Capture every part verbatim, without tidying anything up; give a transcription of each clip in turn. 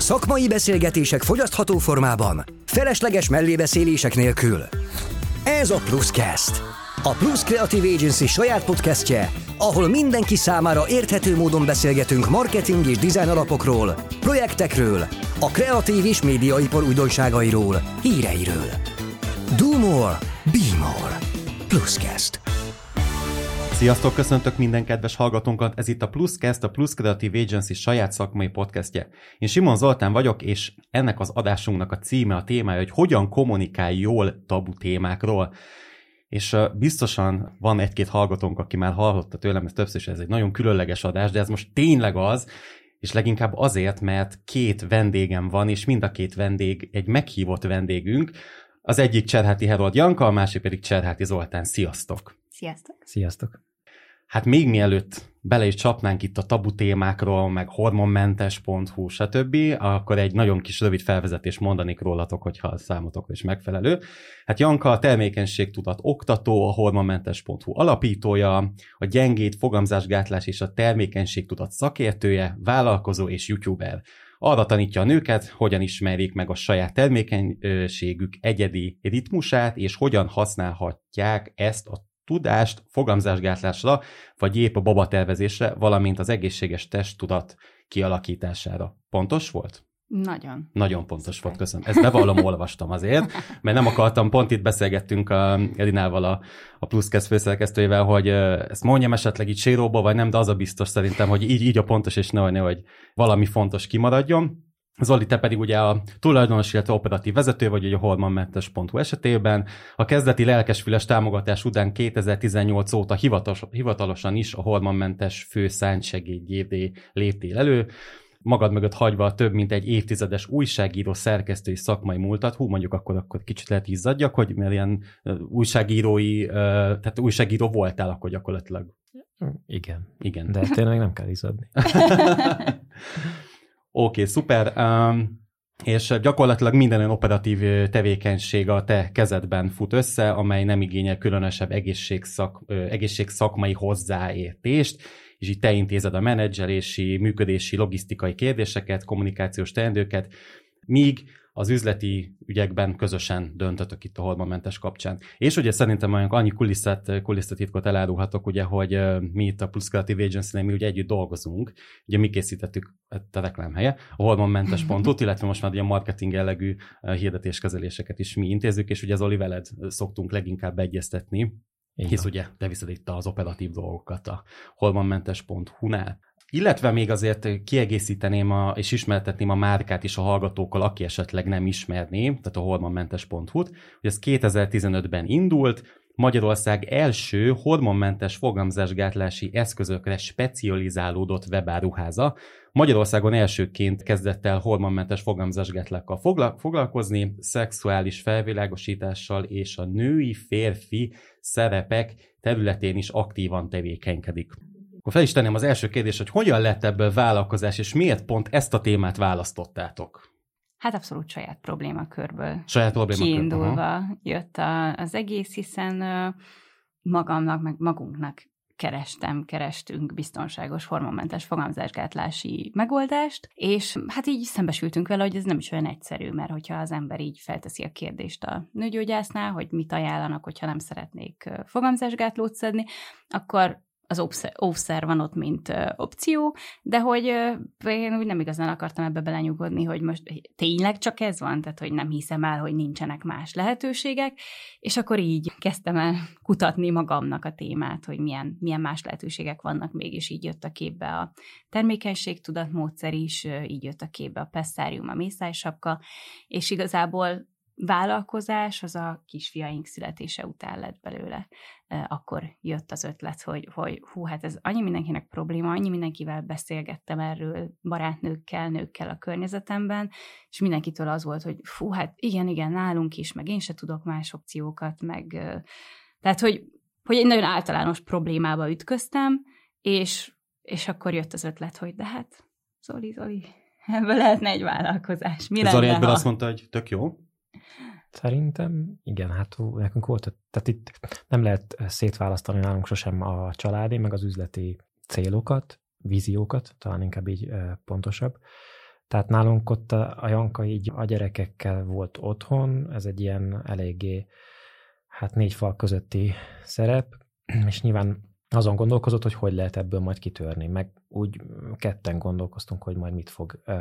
Szakmai beszélgetések fogyasztható formában, felesleges mellébeszélések nélkül. Ez a Pluscast, a Plus Creative Agency saját podcastje, ahol mindenki számára érthető módon beszélgetünk marketing és design alapokról, projektekről, a kreatív és médiaipar újdonságairól, híreiről. Do more, be more. Pluscast. Sziasztok, köszöntök minden kedves hallgatónkat, ez itt a Pluscast, a Plus Creative Agency saját szakmai podcastje. Én Simon Zoltán vagyok, és ennek az adásunknak a címe, a témája, hogy hogyan kommunikálj jól tabu témákról. És uh, biztosan van egy-két hallgatónk, aki már hallotta tőlem, ez többször is ez egy nagyon különleges adás, de ez most tényleg az, és leginkább azért, mert két vendégem van, és mind a két vendég egy meghívott vendégünk. Az egyik Cserháti Herold Janka, a másik pedig Cserháti Zoltán. Sziasztok! Sziasztok! Sziasztok! Hát még mielőtt bele is csapnánk itt a tabu témákról, meg hormonmentes pont hu, stb., akkor egy nagyon kis rövid felvezetést mondanék rólatok, hogyha a számotokra is megfelelő. Hát Janka a termékenységtudat oktató, a hormonmentes pont hu alapítója, a gyengéd, fogamzásgátlás és a termékenységtudat szakértője, vállalkozó és youtuber. Arra tanítja a nőket, hogyan ismerjék meg a saját termékenységük egyedi ritmusát, és hogyan használhatják ezt a tudást fogamzásgátlásra, vagy épp a babatervezésre, valamint az egészséges testtudat kialakítására. Pontos volt? Nagyon. Nagyon pontos Szuper. Volt, köszönöm. Ezt bevallom, olvastam azért, mert nem akartam, pont itt beszélgettünk a Elinával, a, a Pluscast főszerkesztőjével, hogy ezt mondjam esetleg így séróból, vagy nem, de az a biztos szerintem, hogy így, így a pontos, és nehogy, nehogy valami fontos kimaradjon. Zoli, te pedig ugye a tulajdonos, illetve operatív vezető vagy a hormonmentes pont hu esetében. A kezdeti lelkesfüles támogatás után kétezer-tizennyolc óta hivatalos, hivatalosan is a hormonmentes fő szántsegédjévé léptél elő, magad mögött hagyva több mint egy évtizedes újságíró, szerkesztői szakmai múltat. Hú, mondjuk akkor, akkor kicsit lehet izzadjak, hogy mert ilyen újságírói, tehát újságíró voltál akkor gyakorlatilag. Igen. Igen. De tényleg nem kell izzadni. Oké, okay, szuper. Um, és gyakorlatilag minden olyan operatív tevékenység a te kezedben fut össze, amely nem igényel különösebb egészségszak, egészségszakmai hozzáértést, és így te intézed a menedzselési, működési, logisztikai kérdéseket, kommunikációs teendőket, míg az üzleti ügyekben közösen döntötök itt a hormonmentes kapcsán. És ugye szerintem olyan annyi kulisszát, kulisszatitkot elárulhatok, ugye, hogy mi itt a Plus Creative Agency-nél mi ugye együtt dolgozunk. Ugye mi készítettük a reklámhelye, a hormonmentes pont hu-t, illetve most már ugye a marketing jellegű hirdetéskezeléseket is mi intézzük, és ugye Zoli veled szoktunk leginkább egyeztetni, Igen. hisz ugye te viszed itt az operatív dolgokat a hormonmentes pont hu-nál. Illetve még azért kiegészíteném a, és ismertetném a márkát is a hallgatókkal, aki esetleg nem ismerné, tehát a hormonmentes pont hu-t, hogy ez kétezer-tizenötben indult, Magyarország első hormonmentes fogamzásgátlási eszközökre specializálódott webáruháza. Magyarországon elsőként kezdett el hormonmentes fogamzásgátlákkal foglalkozni, szexuális felvilágosítással és a női-férfi szerepek területén is aktívan tevékenykedik. Akkor fel is tenném az első kérdést, hogy hogyan lett ebből vállalkozás, és miért pont ezt a témát választottátok? Hát abszolút saját problémakörből saját problémakörből. kiindulva uh-huh. jött a, az egész, hiszen uh, magamnak, meg magunknak kerestem, kerestünk biztonságos hormonmentes fogamzásgátlási megoldást, és hát így szembesültünk vele, hogy ez nem is olyan egyszerű, mert hogyha az ember így felteszi a kérdést a nőgyógyásznál, hogy mit ajánlanak, hogyha nem szeretnék fogamzásgátlót szedni, akkor az óvszer van ott, mint ö, opció, de hogy ö, én úgy nem igazán akartam ebbe belenyugodni, hogy most tényleg csak ez van, tehát hogy nem hiszem el, hogy nincsenek más lehetőségek, és akkor így kezdtem el kutatni magamnak a témát, hogy milyen, milyen más lehetőségek vannak még, és így jött a képbe a termékenységtudatmódszer is, így jött a képbe a pesszárium, a mészálysapka, és igazából vállalkozás az a kisfiaink születése után lett belőle. Akkor jött az ötlet, hogy, hogy hú, hát ez annyi mindenkinek probléma, annyi mindenkivel beszélgettem erről, barátnőkkel, nőkkel a környezetemben, és mindenkitől az volt, hogy fú, hát igen, igen, nálunk is, meg én se tudok más opciókat, meg tehát, hogy, hogy egy nagyon általános problémába ütköztem, és, és akkor jött az ötlet, hogy de hát Zoli, Zoli, ebből lehetne egy vállalkozás. Mi Zoli lenne, egyből ha... azt mondta, hogy tök jó. Szerintem igen, hát nekünk volt, tehát itt nem lehet szétválasztani nálunk sosem a családi, meg az üzleti célokat, víziókat, talán inkább így pontosabb. Tehát nálunk ott a, a Janka így a gyerekekkel volt otthon, ez egy ilyen eléggé hát négy fal közötti szerep, és nyilván azon gondolkozott, hogy hogy lehet ebből majd kitörni, meg úgy ketten gondolkoztunk, hogy majd mit fog uh,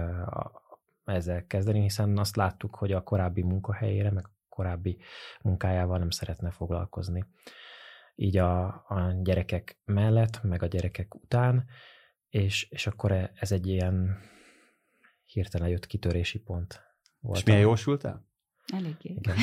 ezzel kezdeni, hiszen azt láttuk, hogy a korábbi munkahelyére, meg a korábbi munkájával nem szeretne foglalkozni. Így a, a gyerekek mellett, meg a gyerekek után, és, és akkor ez egy ilyen hirtelen jött kitörési pont volt. És milyen jósultál? Eléggé. Igen.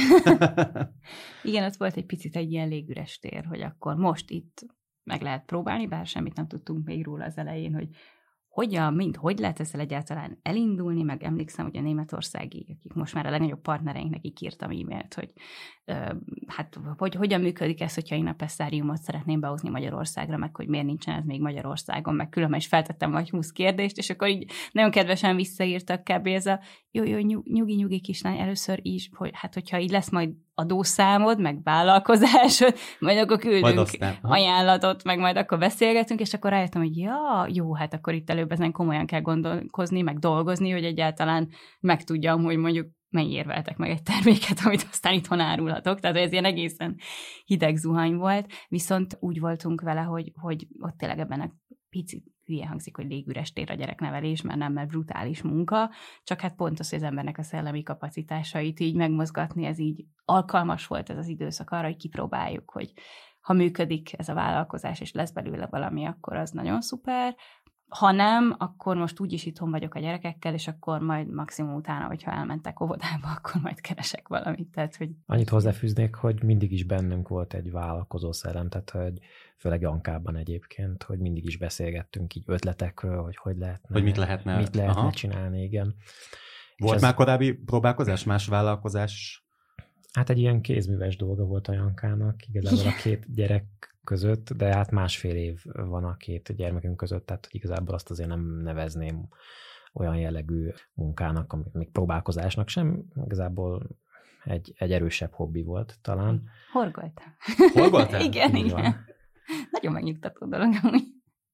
Igen, ott volt egy picit egy ilyen légüres tér, hogy akkor most itt meg lehet próbálni, bár semmit nem tudtunk még róla az elején, hogy hogyan, mind, hogy lehet ezzel egyáltalán elindulni, meg emlékszem, hogy a németországi, akik most már a legnagyobb partnereink, nekik írtam e-mailt, hogy ö, hát hogy, hogyan működik ez, hogyha én a Pestáriumot szeretném behozni Magyarországra, meg hogy miért nincsen ez még Magyarországon, meg különben is feltettem vagy húsz kérdést, és akkor így nagyon kedvesen visszaírtak kb. Ez a jó, jó, nyugi, nyugi kislány, először is, hogy hát hogyha így lesz majd adószámod, meg vállalkozásod, majd akkor küldünk majd ajánlatot, meg majd akkor beszélgetünk, és akkor rájöttem, hogy ja, jó, hát akkor itt előbb ezen komolyan kell gondolkozni, meg dolgozni, hogy egyáltalán megtudjam, hogy mondjuk mennyi érveltek meg egy terméket, amit aztán itthon árulhatok. Tehát ez ilyen egészen hideg zuhany volt, viszont úgy voltunk vele, hogy, hogy ott tényleg ebben a picit hülye hangzik, hogy légüres tér a gyereknevelés, mert nem, mert brutális munka, csak hát pont az, hogy az embernek a szellemi kapacitásait így megmozgatni, ez így alkalmas volt ez az időszak arra, hogy kipróbáljuk, hogy ha működik ez a vállalkozás, és lesz belőle valami, akkor az nagyon szuper. Ha nem, akkor most úgyis itthon vagyok a gyerekekkel, és akkor majd maximum utána, hogyha elmentek óvodába, akkor majd keresek valamit. Tehát, hogy... Annyit hozzáfűznék, hogy mindig is bennünk volt egy vállalkozó szellem, tehát hogy főleg Jankában egyébként, hogy mindig is beszélgettünk így ötletekről, hogy hogy lehetne, hogy mit lehetne, mit lehetne csinálni, igen. Volt már korábbi próbálkozás, más vállalkozás? Hát egy ilyen kézműves dolga volt a Jankának, igazából a két gyerek között, de hát másfél év van a két gyermekünk között, tehát igazából azt azért nem nevezném olyan jellegű munkának, amik még próbálkozásnak sem, igazából egy, egy erősebb hobbi volt talán. Horgoltam. Horgoltál? Igen, így igen. Van. Nagyon megnyugtató dolog amúgy.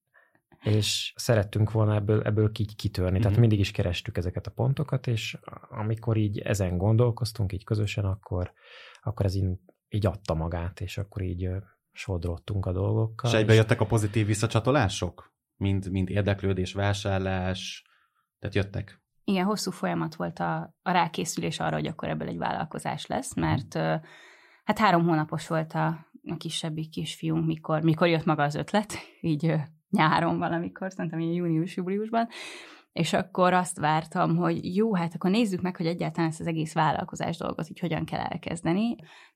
És szerettünk volna ebből, ebből így kitörni, mm-hmm. tehát mindig is kerestük ezeket a pontokat, és amikor így ezen gondolkoztunk, így közösen, akkor, akkor ez így, így adta magát, és akkor így sodrottunk a dolgokkal. És egyben jöttek a pozitív visszacsatolások? Mind, mind érdeklődés, vásárlás, tehát jöttek? Igen, hosszú folyamat volt a, a rákészülés arra, hogy akkor ebből egy vállalkozás lesz, mert mm. hát három hónapos volt a, a kisebbik kisfiunk, mikor, mikor jött maga az ötlet, így nyáron valamikor, szerintem így június-júliusban, és akkor azt vártam, hogy jó, hát akkor nézzük meg, hogy egyáltalán ezt az egész vállalkozás dolgot így hogyan kell elkezdeni.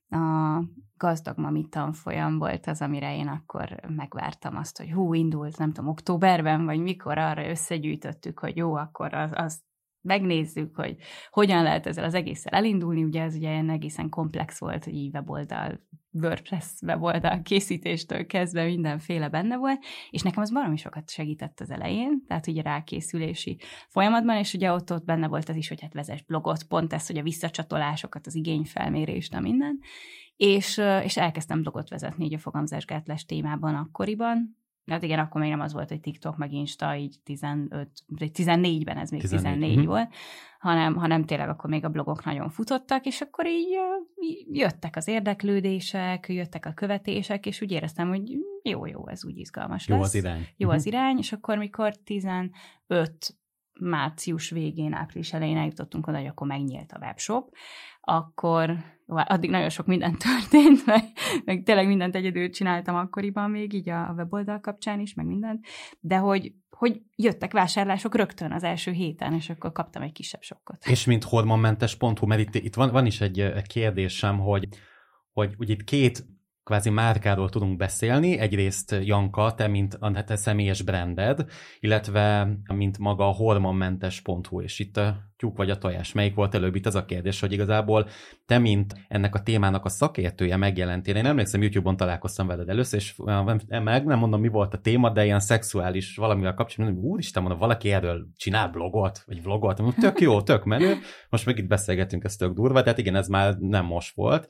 A Gazdag Mami tanfolyam volt az, amire én akkor megvártam azt, hogy hú, indult, nem tudom, októberben, vagy mikor arra összegyűjtöttük, hogy jó, akkor az, az megnézzük, hogy hogyan lehet ezzel az egésszel elindulni. Ugye ez ugye ilyen egészen komplex volt, hogy így weboldal, WordPress weboldal készítéstől kezdve mindenféle benne volt, és nekem az baromi sokat segített az elején, tehát ugye rákészülési folyamatban, és ugye ott, ott benne volt az is, hogy hát vezess blogot, pont ez, hogy a visszacsatolásokat, az igényfelmérést, a minden, és, és elkezdtem blogot vezetni így a fogamzásgátlás témában akkoriban. Hát igen, akkor még nem az volt, hogy TikTok, meg Insta, így tizenöt, tizennégyben ez még tizennégy, tizennégy volt, hanem, hanem tényleg akkor még a blogok nagyon futottak, és akkor így jöttek az érdeklődések, jöttek a követések, és úgy éreztem, hogy jó, jó, ez úgy izgalmas jó lesz. Az irány. Jó az irány, és akkor mikor tizenöt március végén, április elején eljutottunk oda, hogy akkor megnyílt a webshop, akkor addig nagyon sok minden történt, meg, meg tényleg mindent egyedül csináltam akkoriban még, így a weboldal kapcsán is, meg mindent, de hogy, hogy jöttek vásárlások rögtön az első héten, és akkor kaptam egy kisebb sokkot. És mint hormonmentes pont hu, mert itt, itt van, van is egy kérdésem, hogy, hogy ugye itt két kvázi márkáról tudunk beszélni, egyrészt Janka, te mint a te személyes branded, illetve mint maga a hormonmentes pont hu, és itt a tyúk vagy a tojás, melyik volt előbb itt az a kérdés, hogy igazából te, mint ennek a témának a szakértője megjelentél. Én emlékszem, YouTube-on találkoztam veled először, és meg nem mondom, mi volt a téma, de ilyen szexuális valamivel kapcsolatban, hogy úristen, mondom, valaki erről csinál blogot, vagy vlogot, mondom, tök jó, tök menő, most meg itt beszélgetünk, ez tök durva, tehát igen, ez már nem most volt.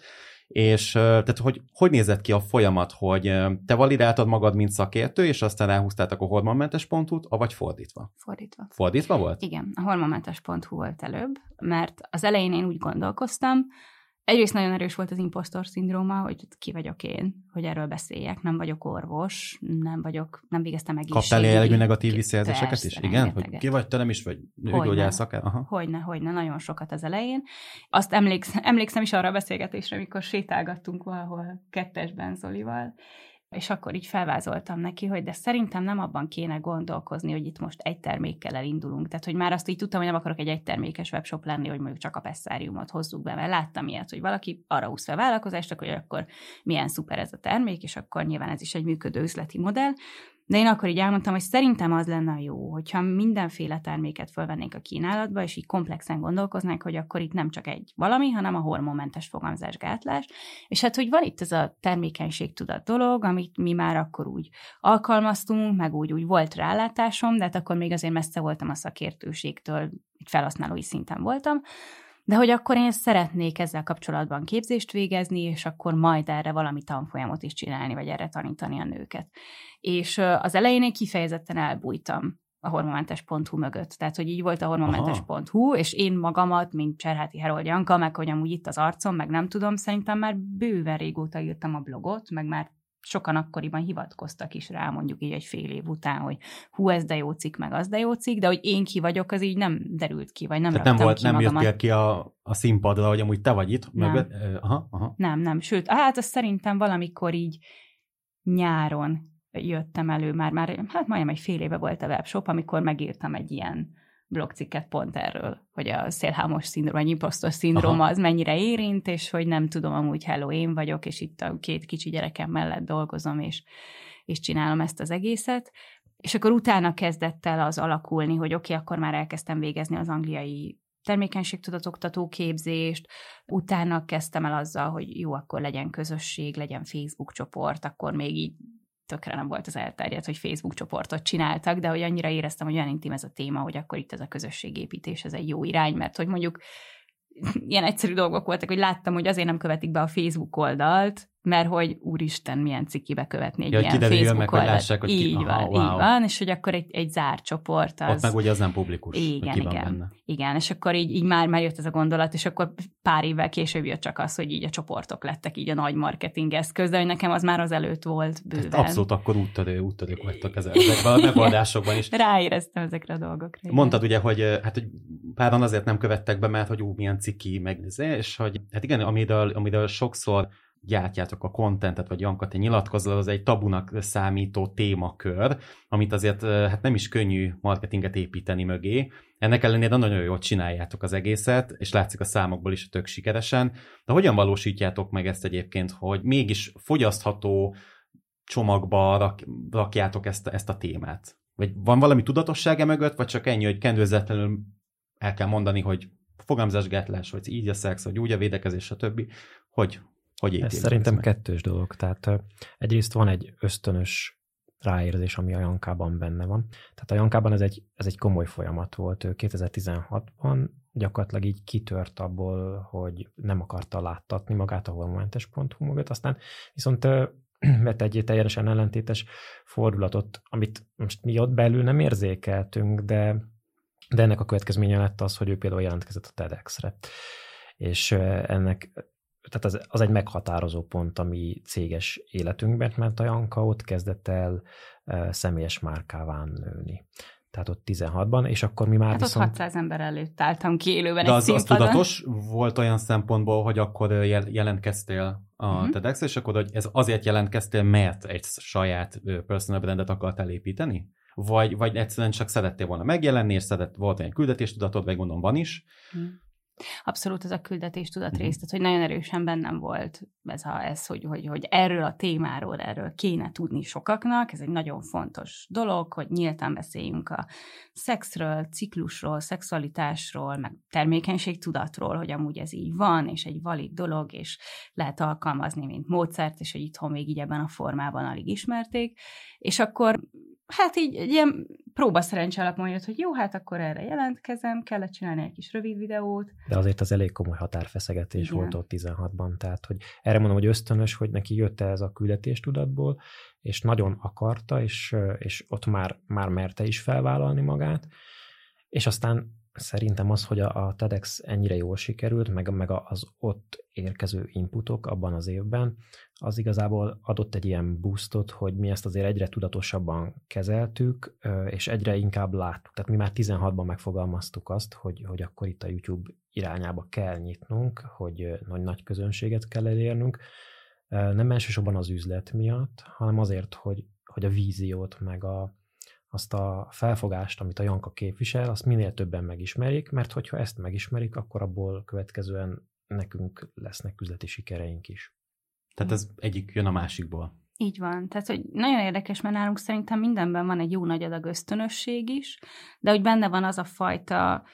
És tehát, hogy hogy nézett ki a folyamat, hogy te validáltad magad, mint szakértő, és aztán elhúztátok a hormonmentes pont hu-t, vagy fordítva? Fordítva. Fordítva volt? Igen, a hormonmentes pont hu volt előbb, mert az elején én úgy gondolkoztam, egyrészt nagyon erős volt az impostor szindróma, hogy ki vagyok én, hogy erről beszéljek, nem vagyok orvos, nem vagyok, nem végeztem egészségügyi. Kaptál jellegű negatív visszajelzéseket Persze, is? Igen? Hogy ki vagy, te nem is vagy nőgyógyászakár? Hogyne, hogyne, nagyon sokat az elején. Azt emlékszem, emlékszem is arra a beszélgetésre, amikor sétálgattunk valahol kettesben Zolival, és akkor így felvázoltam neki, hogy de szerintem nem abban kéne gondolkozni, hogy itt most egy termékkel elindulunk. Tehát, hogy már azt így tudtam, hogy nem akarok egy egytermékes webshop lenni, hogy mondjuk csak a pesszáriumot hozzuk be, mert láttam ilyet, hogy valaki arra húz fel vállalkozást, hogy akkor milyen szuper ez a termék, és akkor nyilván ez is egy működő üzleti modell. De én akkor így elmondtam, hogy szerintem az lenne jó, hogyha mindenféle terméket fölvennénk a kínálatba, és így komplexen gondolkoznánk, hogy akkor itt nem csak egy valami, hanem a hormonmentes fogamzásgátlás. És hát, hogy van itt ez a termékenységtudat dolog, amit mi már akkor úgy alkalmaztunk, meg úgy, úgy volt rálátásom, de hát akkor még azért messze voltam a szakértőségtől, egy felhasználói szinten voltam, de hogy akkor én szeretnék ezzel kapcsolatban képzést végezni, és akkor majd erre valami tanfolyamot is csinálni, vagy erre tanítani a nőket. És az elején én kifejezetten elbújtam a hormonmentes pont hu mögött. Tehát, hogy így volt a hormonmentes pont hu, és én magamat, mint Cserháti Herold Janka, meg hogy amúgy itt az arcom, meg nem tudom, szerintem már bőven régóta írtam a blogot, meg már sokan akkoriban hivatkoztak is rá, mondjuk így egy fél év után, hogy hú, ez de jó cikk, meg az de jó cikk, de hogy én ki vagyok, az így nem derült ki, vagy nem Tehát raktam nem volt, ki nem magamat. jöttél ki a, a színpadra, hogy amúgy te vagy itt? Nem. Mögött? Aha, aha. Nem, nem, sőt, hát azt szerintem valamikor így nyáron jöttem elő, már, már hát majdnem egy fél éve volt a webshop, amikor megírtam egy ilyen blogcikket pont erről, hogy a szélhámos szindróma, vagy imposztor szindróma az mennyire érint, és hogy nem tudom, amúgy hello, én vagyok, és itt a két kicsi gyerekem mellett dolgozom, és, és csinálom ezt az egészet. És akkor utána kezdett el az alakulni, hogy oké, okay, akkor már elkezdtem végezni az angliai termékenységtudatoktató képzést, utána kezdtem el azzal, hogy jó, akkor legyen közösség, legyen Facebook csoport, akkor még így tökre nem volt az elterjedt, hogy Facebook csoportot csináltak, de hogy annyira éreztem, hogy olyan intim ez a téma, hogy akkor itt ez a közösségépítés, ez egy jó irány, mert hogy mondjuk ilyen egyszerű dolgok voltak, hogy láttam, hogy azért nem követik be a Facebook oldalt, mert hogy úristen, milyen cikibe követni egy ja, ilyen Facebook oldalt. Lássák, hogy így ki... van, Aha, wow. így van, és hogy akkor egy, egy zárt csoport az... Ott meg ugye az nem publikus, igen, ki van igen, benne. Igen, és akkor így, így már, már jött ez a gondolat, és akkor pár évvel később jött csak az, hogy így a csoportok lettek így a nagy marketing eszköz, de hogy nekem az már az előtt volt bőven. Tehát abszolút akkor úttörő, úttörők vagytok ezekben a megoldásokban is. Ráéreztem ezekre a dolgokra. Mondtad ugye, hogy, hát, hogy páran azért nem követtek be, mert hogy ú, milyen ciki, meg és hogy hát igen, amiről, amiről sokszor gyártjátok a kontentet, vagy Janka, te nyilatkozol, az egy tabunak számító témakör, amit azért hát nem is könnyű marketinget építeni mögé. Ennek ellenére nagyon jól csináljátok az egészet, és látszik a számokból is, hogy tök sikeresen. De hogyan valósítjátok meg ezt egyébként, hogy mégis fogyasztható csomagba rak, rakjátok ezt, ezt a témát? Vagy van valami tudatossága mögött, vagy csak ennyi, hogy kendőzetlenül el kell mondani, hogy fogamzásgátlás, vagy így a szex, vagy úgy a védekezés, stb. Hogy Hogy Ez szerintem meg? kettős dolog. Tehát egyrészt van egy ösztönös ráérzés, ami a Jankában benne van. Tehát a Jankában ez egy, ez egy komoly folyamat volt. Ő kétezer-tizenhatban gyakorlatilag így kitört abból, hogy nem akarta láttatni magát a hormonmentes pont hu mögött. Aztán viszont vett egy teljesen ellentétes fordulatot, amit most mi ott belül nem érzékeltünk, de, de ennek a következménye lett az, hogy ő például jelentkezett a TEDxre. És ennek Tehát az, az egy meghatározó pont a mi céges életünkben, mert a Janka ott kezdett el e, személyes márkává nőni. Tehát ott tizenhatban, és akkor mi már hát viszont... ott hatszáz ember előtt álltam ki élőben de egy az, színpadon. az tudatos volt olyan szempontból, hogy akkor jelentkeztél a uh-huh. TEDxre, és akkor hogy ez azért jelentkeztél, mert egy saját personal brandet akartál építeni? Vagy, vagy egyszerűen csak szerettél volna megjelenni, és szeret, volt egy küldetéstudatod, vagy gondolom van is? Uh-huh. Abszolút ez a küldetéstudat Uh-huh. rész, tehát hogy nagyon erősen bennem volt ez, a, ez hogy, hogy, hogy erről a témáról, erről kéne tudni sokaknak, ez egy nagyon fontos dolog, hogy nyíltan beszéljünk a szexről, ciklusról, szexualitásról, meg termékenységtudatról, hogy amúgy ez így van, és egy valid dolog, és lehet alkalmazni, mint módszert, és hogy itthon még így ebben a formában alig ismerték, és akkor hát így egy ilyen próba szerencse alapon jött, hogy jó, hát akkor erre jelentkezem, kellett csinálni egy kis rövid videót. De azért az elég komoly határfeszegetés Igen. volt ott tizenhatban, tehát hogy erre mondom, hogy ösztönös, hogy neki jött ez a küldetéstudatból, és nagyon akarta, és, és ott már, már merte is felvállalni magát, és aztán szerintem az, hogy a, a TEDx ennyire jól sikerült, meg, meg az ott érkező inputok abban az évben, az igazából adott egy ilyen boostot, hogy mi ezt azért egyre tudatosabban kezeltük, és egyre inkább láttuk. Tehát mi már tizenhatban megfogalmaztuk azt, hogy, hogy akkor itt a YouTube irányába kell nyitnunk, hogy nagy, nagy közönséget kell elérnünk. Nem elsősorban az üzlet miatt, hanem azért, hogy, hogy a víziót, meg a azt a felfogást, amit a Janka képvisel, azt minél többen megismerjék, mert hogyha ezt megismerik, akkor abból következően nekünk lesznek üzleti sikereink is. Tehát ez egyik jön a másikból. Így van. Tehát, hogy nagyon érdekes, mert nálunk szerintem mindenben van egy jó nagy adag ösztönösség is, de hogy benne van az a fajta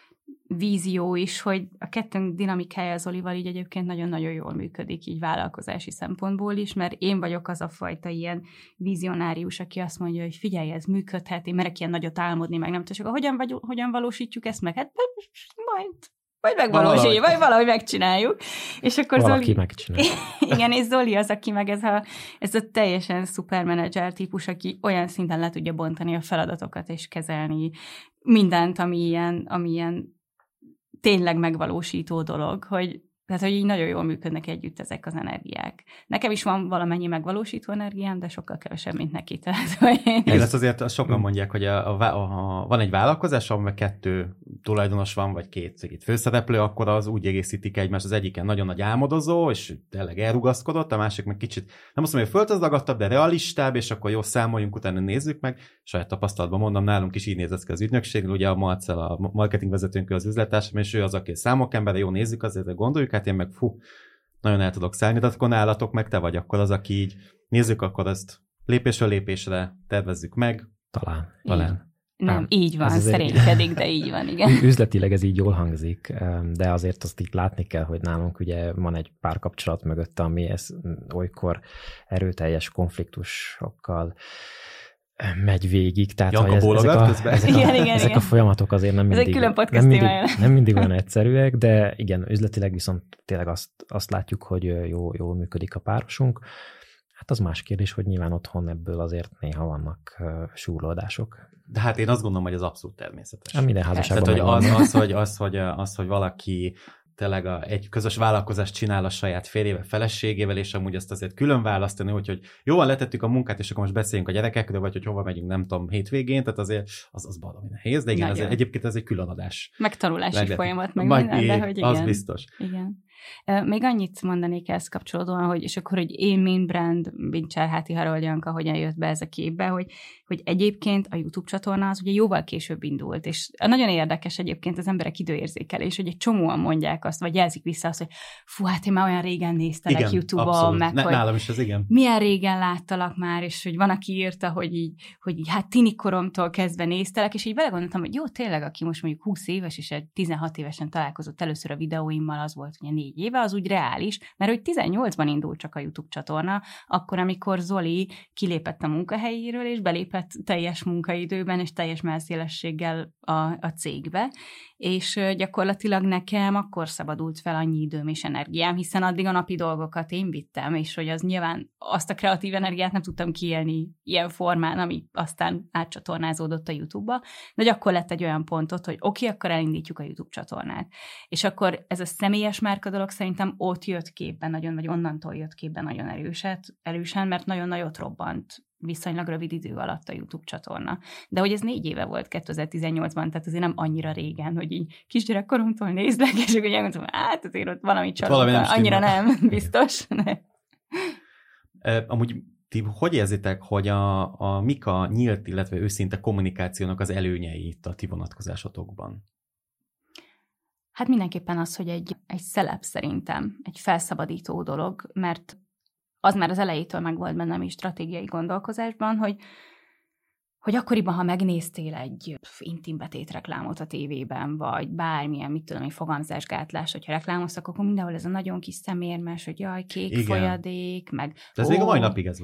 vízió is, hogy a kettőnk dinamikája az Zolival így egyébként nagyon-nagyon jól működik, így vállalkozási szempontból is, mert én vagyok az a fajta ilyen vizionárius, aki azt mondja, hogy figyelj, ez működhet, én merek ilyen nagyot álmodni, meg nem tudom, hogyan, vagy, hogyan valósítjuk ezt meg? Hát majd, majd megvalósítjuk, vagy valahogy megcsináljuk. És akkor Valaki Zoli... megcsinálja. Igen, és Zoli az, aki meg ez a, ez a teljesen szupermenedzser típus, aki olyan szinten le tudja bontani a feladatokat, és kezelni mindent, ami ilyen, ami ilyen tényleg megvalósító dolog, hogy, tehát, hogy így nagyon jól működnek együtt ezek az energiák. Nekem is van valamennyi megvalósító energiám, de sokkal kevesebb, mint neki. Tehát, hogy én... Igen, ezt azért azt sokan mondják, hogy a, a, a, van egy vállalkozás, amiben kettő tulajdonos van, vagy két két főszereplő, akkor az úgy egészítik egymást. Az egyiken nagyon nagy álmodozó, és tényleg elrugaszkodott, a másik meg kicsit, nem azt mondom, hogy föltözdagadtabb, de realistább, és akkor jó számoljunk, utána nézzük meg. Saját tapasztalatban mondom, nálunk is így nézett ki az ügynökség, ugye a Marcel, a marketing vezetőnk az üzletársam, és ő az, aki számokember, jó nézzük, azért gondoljuk, hát én meg fú, nagyon el tudok szállni, de akkor nálatok meg te vagy akkor az, aki így nézzük, akkor ezt lépésről lépésre tervezzük meg. Talán. Talán. Nem, Nem. így van, Ez szerénykedik, de így van, igen. Üzletileg ez így jól hangzik, de azért azt itt látni kell, hogy nálunk ugye van egy párkapcsolat mögötte, ami ez olykor erőteljes konfliktusokkal megy végig. Tehát, Janka ez, ezek, a, ezek, igen, a, igen, ezek igen. a folyamatok azért nem mindig, külön nem mindig, témája. nem mindig olyan egyszerűek, de igen, üzletileg viszont tényleg azt, azt látjuk, hogy jó, jól működik a párosunk. Hát az más kérdés, hogy nyilván otthon ebből azért néha vannak uh, súrlódások. De hát én azt gondolom, hogy ez abszolút természetes. Hát minden házasságban Tehát, hogy megvan. az, az, hogy, az, hogy, az, hogy valaki tényleg a, egy közös vállalkozást csinál a saját férjével, feleségével, és amúgy azt azért külön választani, úgyhogy jól letettük a munkát, és akkor most beszéljünk a gyerekekről, vagy hogy hova megyünk, nem tudom, hétvégén, tehát azért az, az valami nehéz, de igen, azért, egyébként ez egy külön adás. Megtanulási Meglet. folyamat, meg Majd minden, de hogy igen. Az biztos. Igen. Még annyit mondanék ezt kapcsolódóan, hogy és akkor, hogy én, mint brand, mint Cserháti Harold Janka, hogyan jött be ez a képbe, hogy, hogy egyébként a YouTube csatorna az ugye jóval később indult, és nagyon érdekes egyébként az emberek időérzékelés, hogy egy csomóan mondják azt, vagy jelzik vissza azt, hogy fú, hát én már olyan régen néztelek igen, YouTube-on, abszolút. meg Ne, hogy nálam is ez, igen. milyen régen láttalak már, és hogy van, aki írta, hogy így, hogy így, hát tinikoromtól kezdve néztelek, és így belegondoltam, hogy jó, tényleg, aki most mondjuk húsz éves, és egy tizenhat évesen találkozott először a videóimmal, az volt ugye négy éve, az úgy reális, mert hogy tizennyolcban indult csak a YouTube csatorna, akkor, amikor Zoli kilépett a munkahelyéről, és belépett teljes munkaidőben, és teljes mellszélességgel a, a cégbe, és gyakorlatilag nekem akkor szabadult fel annyi időm és energiám, hiszen addig a napi dolgokat én vittem, és hogy az nyilván azt a kreatív energiát nem tudtam kiélni ilyen formán, ami aztán átcsatornázódott a YouTube-ba, de hogy akkor lett egy olyan pontot, hogy oké, okay, akkor elindítjuk a YouTube csatornát. És akkor ez a személyes márka dolog szerintem ott jött képben nagyon, vagy onnantól jött képben nagyon erőset, erősen, mert nagyon nagyot robbant viszonylag rövid idő alatt a YouTube csatorna. De hogy ez négy éve volt kétezer-tizennyolcban, tehát azért nem annyira régen, hogy így kisgyerekkoromtól nézlek, és akkor elmondtam, hát azért ott valami csalódta, annyira nem, biztos. Amúgy ti hogy érzitek, hogy a, a mik a nyílt, illetve őszinte kommunikációnak az előnyei itt a ti vonatkozásotokban? Hát mindenképpen az, hogy egy, egy szelep szerintem, egy felszabadító dolog, mert az már az elejétől meg volt bennem is stratégiai gondolkozásban, hogy, hogy akkoriban, ha megnéztél egy intimbetét reklámot a tévében, vagy bármilyen, mit tudom, egy fogamzásgátlás, hogyha reklámoztak, akkor mindenhol ez a nagyon kis szemérmes, hogy jaj, kék igen. folyadék, meg... De ez ó, még a mai napig ez van.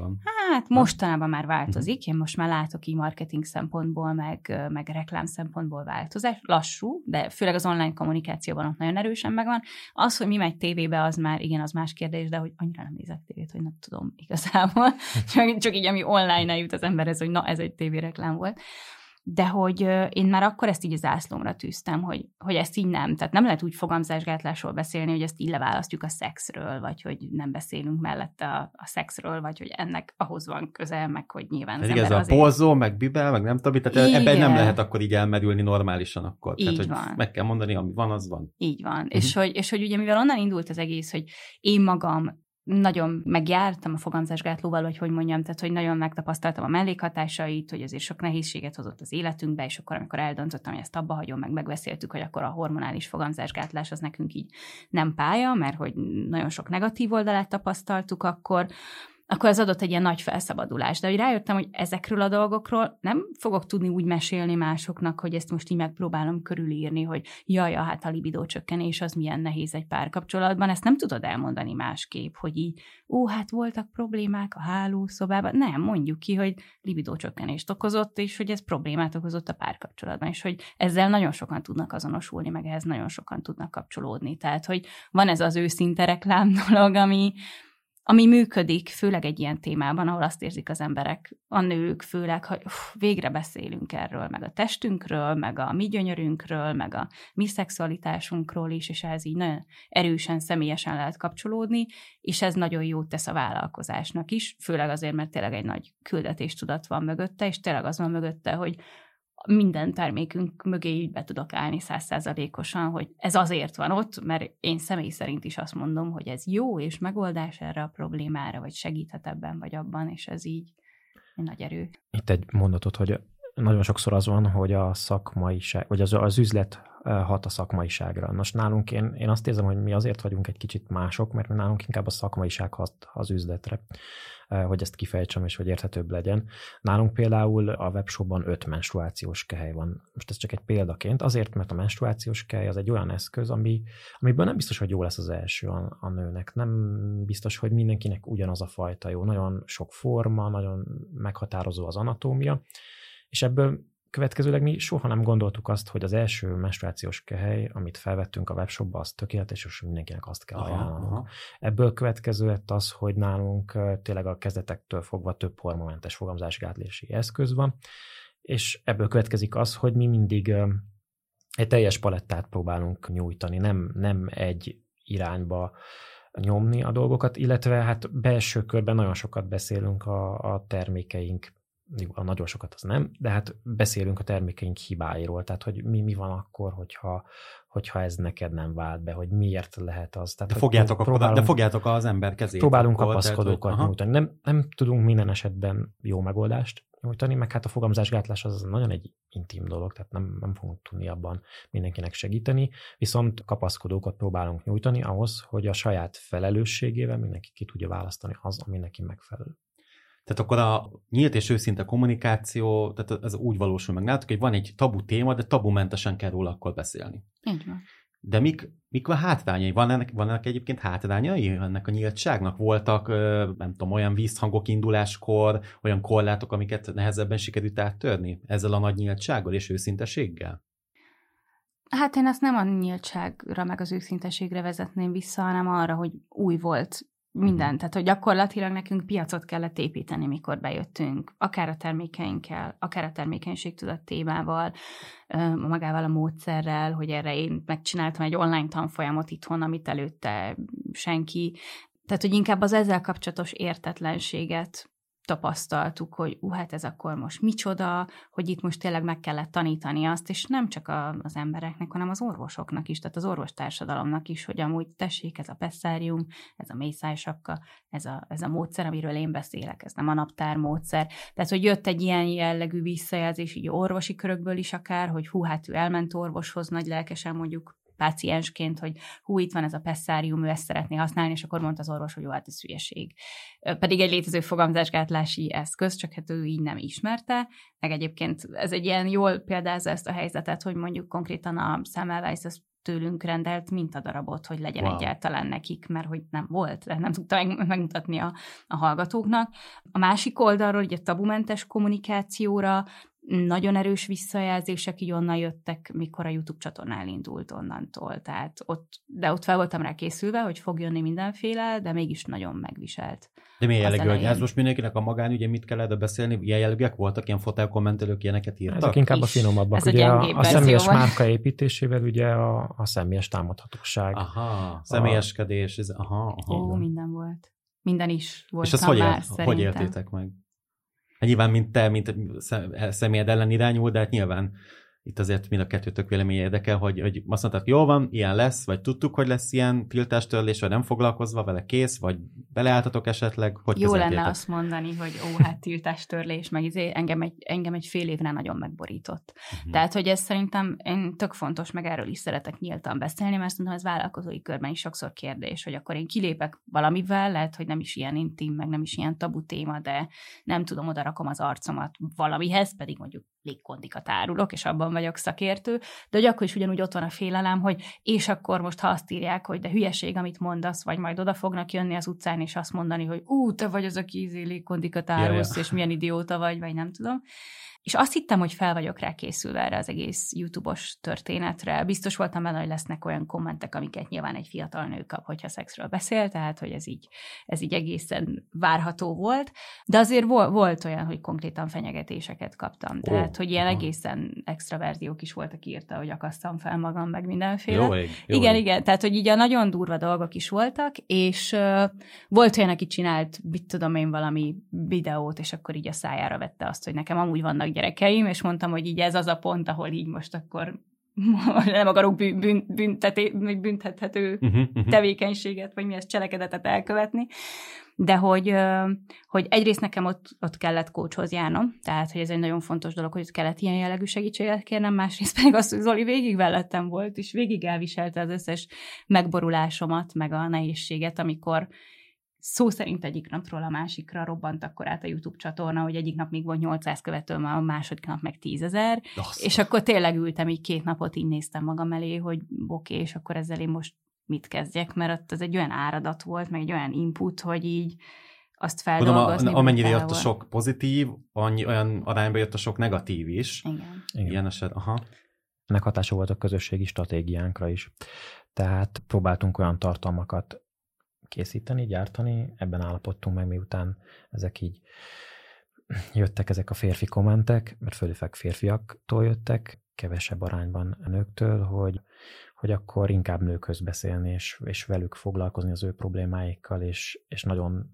Hát mostanában már változik, én most már látok így marketing szempontból, meg, meg reklám szempontból változás, lassú, de főleg az online kommunikációban ott nagyon erősen megvan. Az, hogy mi megy tévébe, az már, igen, az más kérdés, de hogy annyira nem nézek tévét, hogy nem tudom igazából. Csak, csak így, ami online jut az emberhez, hogy na, ez egy tévéreklám volt. De hogy én már akkor ezt így az zászlómra tűztem, hogy, hogy ezt így nem. Tehát nem lehet úgy fogamzásgátlásról beszélni, hogy ezt így leválasztjuk a szexről, vagy hogy nem beszélünk mellette a, a szexről, vagy hogy ennek ahhoz van köze, meg hogy nyilván az ember ez a azért... polzó, meg bibel, meg nem tudom, tehát igen. Ebben nem lehet akkor így elmerülni normálisan akkor. Így tehát, hogy van. meg kell mondani, ami van, az van. Így van. Uh-huh. És, hogy, és hogy ugye mivel onnan indult az egész, hogy én magam nagyon megjártam a fogamzásgátlóval, vagy hogy mondjam, tehát hogy nagyon megtapasztaltam a mellékhatásait, hogy azért sok nehézséget hozott az életünkbe, és akkor, amikor eldöntöttem, hogy ezt abba hagyom, meg megbeszéltük, hogy akkor a hormonális fogamzásgátlás az nekünk így nem pálya, mert hogy nagyon sok negatív oldalát tapasztaltuk, akkor akkor ez adott egy ilyen nagy felszabadulást. De hogy rájöttem, hogy ezekről a dolgokról nem fogok tudni úgy mesélni másoknak, hogy ezt most így megpróbálom körülírni, hogy jaj, hát a libidó csökkenés az milyen nehéz egy párkapcsolatban. Ezt nem tudod elmondani másképp, hogy így, ó, hát voltak problémák a hálószobában. Nem, mondjuk ki, hogy libidó csökkenést okozott, és hogy ez problémát okozott a párkapcsolatban, és hogy ezzel nagyon sokan tudnak azonosulni, meg ehhez nagyon sokan tudnak kapcsolódni. Tehát, hogy van ez az őszinte reklám dolog, ami ami működik, főleg egy ilyen témában, ahol azt érzik az emberek, a nők főleg, hogy uff, végre beszélünk erről, meg a testünkről, meg a mi gyönyörünkről, meg a mi szexualitásunkról is, és ez így nagyon erősen, személyesen lehet kapcsolódni, és ez nagyon jót tesz a vállalkozásnak is, főleg azért, mert tényleg egy nagy küldetéstudat van mögötte, és tényleg az van mögötte, hogy minden termékünk mögé így be tudok állni száz százalékosan, hogy ez azért van ott, mert én személy szerint is azt mondom, hogy ez jó és megoldás erre a problémára, vagy segíthet ebben vagy abban, és ez így egy nagy erő. Itt egy mondatot, hogy nagyon sokszor az van, hogy a szakmaiság, vagy az, az üzlet hat a szakmaiságra. Most nálunk én, én azt érzem, hogy mi azért vagyunk egy kicsit mások, mert mi nálunk inkább a szakmaiság hat az üzletre, hogy ezt kifejtsem, és hogy érthetőbb legyen. Nálunk például a webshopban öt menstruációs kehely van. Most ez csak egy példaként, azért, mert a menstruációs kehely az egy olyan eszköz, ami, amiből nem biztos, hogy jó lesz az első a, a nőnek. Nem biztos, hogy mindenkinek ugyanaz a fajta jó. Nagyon sok forma, nagyon meghatározó az anatómia, és ebből következőleg mi soha nem gondoltuk azt, hogy az első menstruációs kehely, amit felvettünk a webshopba, az tökéletes, és mindenkinek azt kell ajánlanunk. Ebből következő lett az, hogy nálunk tényleg a kezdetektől fogva több hormonmentes fogamzásgátlási eszköz van, és ebből következik az, hogy mi mindig egy teljes palettát próbálunk nyújtani, nem, nem egy irányba nyomni a dolgokat, illetve hát belső körben nagyon sokat beszélünk a, a termékeink, a nagyon sokat az nem, de hát beszélünk a termékeink hibáiról, tehát hogy mi, mi van akkor, hogyha, hogyha ez neked nem vált be, hogy miért lehet az. Tehát, de, fogjátok a, de fogjátok az ember kezét. Próbálunk akkor, kapaszkodókat tehát, nyújtani. Nem, nem tudunk minden esetben jó megoldást nyújtani, meg hát a fogamzásgátlás az nagyon egy intim dolog, tehát nem, nem fogunk tudni abban mindenkinek segíteni, viszont kapaszkodókat próbálunk nyújtani ahhoz, hogy a saját felelősségével mindenki ki tudja választani az, ami neki megfelelő. Tehát akkor a nyílt és őszinte kommunikáció, tehát ez úgy valósul meg nálatok, hogy van egy tabu téma, de tabumentesen kell róla akkor beszélni. Így van. De mik, mik a hátrányai? Van ennek, van ennek egyébként hátrányai ennek a nyíltságnak? Voltak, nem tudom, olyan vízhangok induláskor, olyan korlátok, amiket nehezebben sikerült áttörni ezzel a nagy nyíltsággal és őszinteséggel? Hát én ezt nem a nyíltságra, meg az őszinteségre vezetném vissza, hanem arra, hogy új volt minden. Mm. Tehát, hogy gyakorlatilag nekünk piacot kellett építeni, mikor bejöttünk, akár a termékeinkkel, akár a termékenységtudat témával, magával a módszerrel, hogy erre én megcsináltam egy online tanfolyamot itthon, amit előtte senki. Tehát, hogy inkább az ezzel kapcsolatos értetlenséget tapasztaltuk, hogy uh, hát ez akkor most micsoda, hogy itt most tényleg meg kellett tanítani azt, és nem csak a, az embereknek, hanem az orvosoknak is, tehát az orvostársadalomnak is, hogy amúgy tessék, ez a pesszárium, ez a mészájsapka, ez a, ez a módszer, amiről én beszélek, ez nem a naptár módszer. Tehát, hogy jött egy ilyen jellegű visszajelzés, így orvosi körökből is akár, hogy hú, hát ő elment orvoshoz nagy lelkesen mondjuk páciensként, hogy hú, itt van ez a pesszárium, ő ezt szeretné használni, és akkor mondta az orvos, hogy jó, hát ez hülyeség. Pedig egy létező fogamzásgátlási eszköz, csak hát ő így nem ismerte, meg egyébként ez egy ilyen jól példázza ezt a helyzetet, hogy mondjuk konkrétan a Semmelweis, az tőlünk rendelt mintadarabot, hogy legyen Wow. egyáltalán nekik, mert hogy nem volt, nem tudta meg, megmutatni a, a hallgatóknak. A másik oldalról, ugye tabumentes kommunikációra nagyon erős visszajelzések így onnan jöttek, mikor a YouTube csatornán indult onnantól. Tehát ott, de ott fel voltam rá készülve, hogy fog jönni mindenféle, de mégis nagyon megviselt. De milyen jellegű, hogy elején. ez most mindenkinek a magánügye, mit kell erre beszélni? Ilyen jellegűek voltak, ilyen fotelkommentelők, ilyeneket írtak? Ezek inkább a is. finomabbak. Ez a ugye a, gyengébb a személyes verzió van. márka építésével ugye a, a személyes támadhatóság. Aha, személyeskedés, ez, aha, aha. Ó, minden volt. Minden is volt. És azt hogy, már, élt, hogy éltétek meg? Hát nyilván, mint te, mint személyed ellen irányul, de hát nyilván itt azért mind a kettőtök véleménye érdekel, hogy, hogy azt mondták, jól van, ilyen lesz, vagy tudtuk, hogy lesz ilyen tiltástörlés, vagy nem foglalkozva vele, kész, vagy beleálltatok esetleg, hogy Jó kezeltétek? lenne azt mondani, hogy ó, hát tiltástörlés, meg izé, engem egy, engem egy fél évre nagyon megborított. Uh-huh. Tehát, hogy ez szerintem én tök fontos, meg erről is szeretek nyíltan beszélni, mert szerintem ez vállalkozói körben is sokszor kérdés, hogy akkor én kilépek valamivel, lehet, hogy nem is ilyen intim, meg nem is ilyen tabu téma, de nem tudom, oda rakom az arcomat valamihez, pedig mondjuk légkondikat árulok, és abban vagyok szakértő, de hogy akkor is ugyanúgy ott van a félelem, hogy és akkor most ha azt írják, hogy de hülyeség, amit mondasz, vagy majd oda fognak jönni az utcán, és azt mondani, hogy ú, te vagy az, aki ízé légkondikat árulsz, ja, ja. és milyen idióta vagy, vagy nem tudom. És azt hittem, hogy fel vagyok rá készülve erre az egész YouTube-os történetre. Biztos voltam benne, hogy lesznek olyan kommentek, amiket nyilván egy fiatal nő kap, hogyha szexről beszél, tehát hogy ez így, ez így egészen várható volt. De azért volt, volt olyan, hogy konkrétan fenyegetéseket kaptam. Tehát, oh, hogy ilyen aha. egészen extra verziók is voltak, írta, hogy akasztam fel magam, meg mindenféle. Jó ég, jó igen, ég. igen, tehát, hogy így a nagyon durva dolgok is voltak, és uh, volt olyan, aki csinált, mit tudom én, valami videót, és akkor így a szájára vette azt, hogy nekem amúgy vannak gyerekeim, és mondtam, hogy így ez az a pont, ahol így most akkor nem akarok bűn, bünteté, büntethető uh-huh, uh-huh. tevékenységet, vagy mi ezt cselekedetet elkövetni, de hogy, hogy egyrészt nekem ott, ott kellett coachhoz járnom, tehát hogy ez egy nagyon fontos dolog, hogy ott kellett ilyen jellegű segítséget kérnem, másrészt pedig azt, hogy Zoli végig mellettem volt, és végig elviselte az összes megborulásomat, meg a nehézséget, amikor szó szerint egyik napról a másikra robbant akkor át a YouTube csatorna, hogy egyik nap még volt nyolcszáz követőm, a második nap meg tízezer, és akkor tényleg ültem így két napot, így néztem magam elé, hogy oké, és akkor ezzel én most mit kezdjek, mert ott ez egy olyan áradat volt, meg egy olyan input, hogy így azt feldolgozni. Tudom, amennyire jött a sok pozitív, annyi, olyan arányban jött a sok negatív is. Igen. Igen. Ilyen eset, aha. Ennek hatása volt a közösségi stratégiánkra is. Tehát próbáltunk olyan tartalmakat készíteni, gyártani, ebben állapodtunk meg, miután ezek így jöttek, ezek a férfi kommentek, mert főleg férfiaktól jöttek, kevesebb arányban a nőktől, hogy, hogy akkor inkább nőkhöz beszélni, és, és velük foglalkozni az ő problémáikkal, és, és nagyon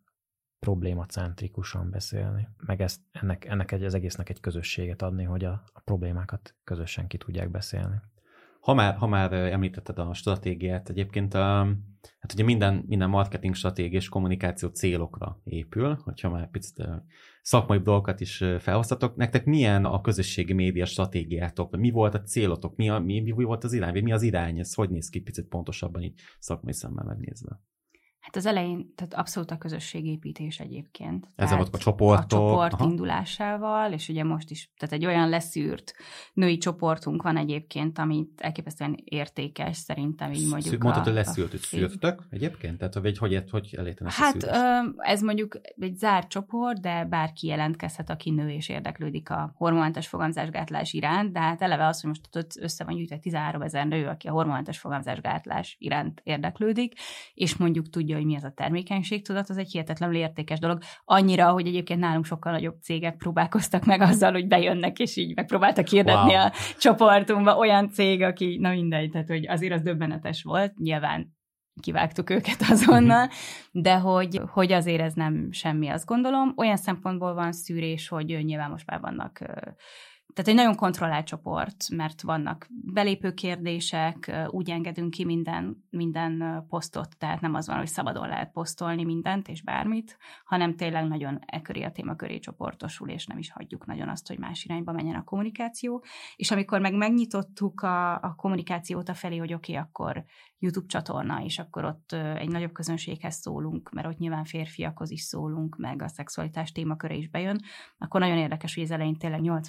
problémacentrikusan beszélni. Meg ezt, ennek, ennek egy, az egésznek egy közösséget adni, hogy a, a problémákat közösen ki tudják beszélni. Ha már, ha már említetted a stratégiát, egyébként a, hát ugye minden, minden marketing stratégia és kommunikáció célokra épül, hogyha már picit szakmai dolgokat is felhoztatok. Nektek milyen a közösségi média stratégiátok? Mi volt a célotok? Mi, a, mi, mi volt az irány? Mi az irány? Ez hogy néz ki picit pontosabban így szakmai szemmel megnézve? Hát az elején, tehát abszolút a közösségépítés egyébként. Ezzel voltak a csoportok. A csoport aha. indulásával, és ugye most is, tehát egy olyan leszűrt női csoportunk van egyébként, amit elképesztően értékes, szerintem így mondjuk. Mondtad, hogy a, leszűrt, hogy szűrtök egyébként? Tehát hogy, hogy, hogy elértenek a szűrést? Hát ez mondjuk egy zárt csoport, de bárki jelentkezhet, aki nő és érdeklődik a hormonmentes fogamzásgátlás iránt, de hát eleve az, hogy most ott össze van gyűjtve tizenhárom ezer nő, aki a hormonmentes fogamzásgátlás iránt érdeklődik, és mondjuk tudja, hogy mi az a termékenységtudat, az egy hihetetlenül értékes dolog. Annyira, hogy egyébként nálunk sokkal nagyobb cégek próbálkoztak meg azzal, hogy bejönnek, és így megpróbáltak hirdetni wow. a csoportunkba olyan cég, aki, na mindegy, tehát hogy azért az döbbenetes volt, nyilván kivágtuk őket azonnal, de hogy, hogy azért ez nem semmi, azt gondolom. Olyan szempontból van szűrés, hogy nyilván most már vannak tehát egy nagyon kontrollált csoport, mert vannak belépő kérdések, úgy engedünk ki minden, minden posztot, tehát nem az van, hogy szabadon lehet posztolni mindent és bármit, hanem tényleg nagyon e köré a téma köré csoportosul, és nem is hagyjuk nagyon azt, hogy más irányba menjen a kommunikáció. És amikor meg megnyitottuk a, a kommunikációt afelé, hogy oké, okay, akkor YouTube csatorna, és akkor ott egy nagyobb közönséghez szólunk, mert ott nyilván férfiakhoz is szólunk, meg a szexualitás témaköre is bejön, akkor nagyon érdekes, hogy az elején tényleg nyolcvan százalékban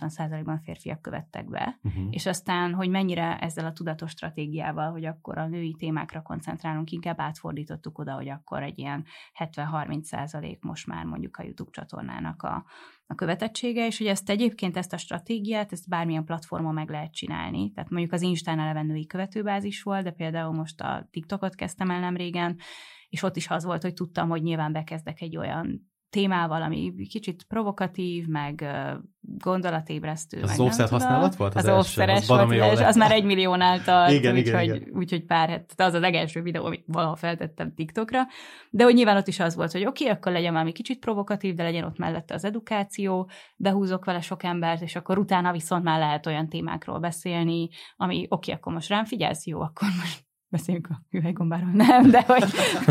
elsősorban férfiak követtek be, uh-huh. és aztán, hogy mennyire ezzel a tudatos stratégiával, hogy akkor a női témákra koncentrálunk, inkább átfordítottuk oda, hogy akkor egy ilyen hetven-harminc százalék most már mondjuk a YouTube csatornának a, a követettsége, és hogy ezt egyébként, ezt a stratégiát, ezt bármilyen platformon meg lehet csinálni. Tehát mondjuk az Instán eleve női követőbázis volt, de például most a TikTokot kezdtem el nem régen, és ott is az volt, hogy tudtam, hogy nyilván bekezdek egy olyan témával, ami kicsit provokatív, meg gondolatébresztő. Az offset használat volt? Az, az offszeres volt, az, az már egy milliónál tart, igen, úgyhogy igen, igen. úgy, pár het, az az legelső videó, amit valaha feltettem TikTokra, de hogy nyilván ott is az volt, hogy oké, okay, akkor legyen valami kicsit provokatív, de legyen ott mellette az edukáció, behúzok vele sok embert, és akkor utána viszont már lehet olyan témákról beszélni, ami oké, okay, akkor most rám figyelsz, jó, akkor most beszéljünk a hüvelygombáról, nem, de hogy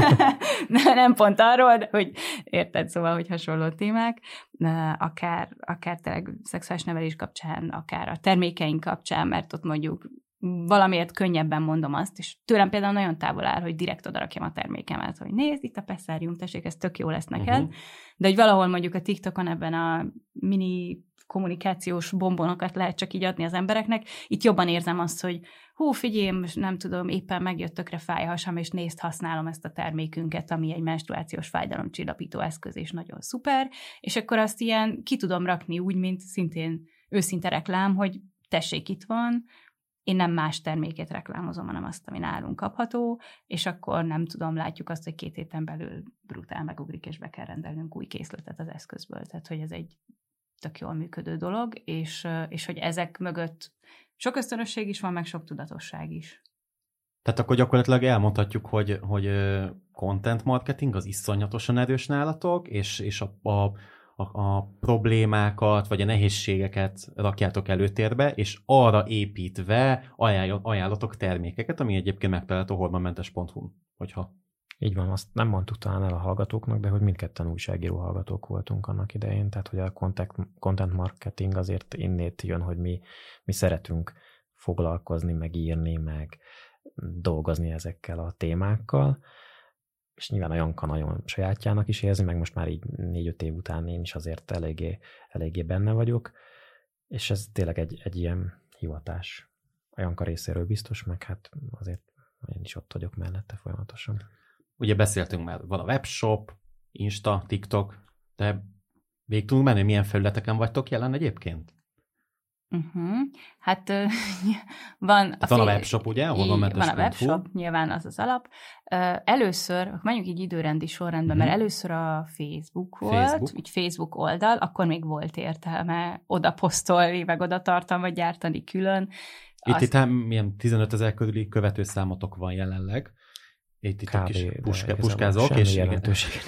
nem pont arról, de hogy érted, szóval, hogy hasonló témák, akár, akár tényleg szexuális nevelés kapcsán, akár a termékeink kapcsán, mert ott mondjuk valamiért könnyebben mondom azt, és tőlem például nagyon távol áll, hogy direkt odarakjam a termékemet, hogy nézd, itt a Pessárium, tessék, ez tök jó lesz neked, uh-huh. de hogy valahol mondjuk a TikTokon ebben a mini kommunikációs bombonokat lehet csak így adni az embereknek, itt jobban érzem azt, hogy hú, figyelj, most nem tudom, éppen megjött, tökre fáj a hasam, és nézd, használom ezt a termékünket, ami egy menstruációs fájdalomcsillapító eszköz, és nagyon szuper, és akkor azt ilyen ki tudom rakni úgy, mint szintén őszinte reklám, hogy tessék, itt van, én nem más terméket reklámozom, hanem azt, ami nálunk kapható, és akkor nem tudom, látjuk azt, hogy két héten belül brutál megugrik, és be kell rendelnünk új készletet az eszközből. Tehát, hogy ez egy tök jól működő dolog, és, és hogy ezek mögött sok ösztönösség is van, meg sok tudatosság is. Tehát akkor gyakorlatilag elmondhatjuk, hogy, hogy content marketing az iszonyatosan erős nálatok, és, és a, a, a, a problémákat, vagy a nehézségeket rakjátok előtérbe, és arra építve ajánl, ajánlatok termékeket, ami egyébként megtalálható hormonmentes pont hu-n, hogyha... Így van, azt nem mondtuk talán el a hallgatóknak, de hogy mindketten újságíró hallgatók voltunk annak idején, tehát hogy a content, content marketing azért innét jön, hogy mi, mi szeretünk foglalkozni, meg írni, meg dolgozni ezekkel a témákkal, és nyilván a Janka nagyon sajátjának is érzi, meg most már így négy-öt év után én is azért eléggé, eléggé benne vagyok, és ez tényleg egy, egy ilyen hivatás a Janka részéről biztos, meg hát azért én is ott vagyok mellette folyamatosan. Ugye beszéltünk már, van a webshop, Insta, TikTok, de végig tudunk menni, milyen felületeken vagytok jelen egyébként? Uh-huh. Hát uh, van, hát a van a webshop, ugye? Hormonmentes van a webshop, nyilván az az alap. Uh, először, mondjuk így időrendi sorrendben, uh-huh. mert először a Facebook volt, Facebook. Így Facebook oldal, akkor még volt értelme oda posztolni, meg oda tartalmat gyártani külön. Itt, Azt... itt milyen tizenötezer körüli követőszámotok van jelenleg. Itt, itt a kis puska, puskázok. És jelentőség.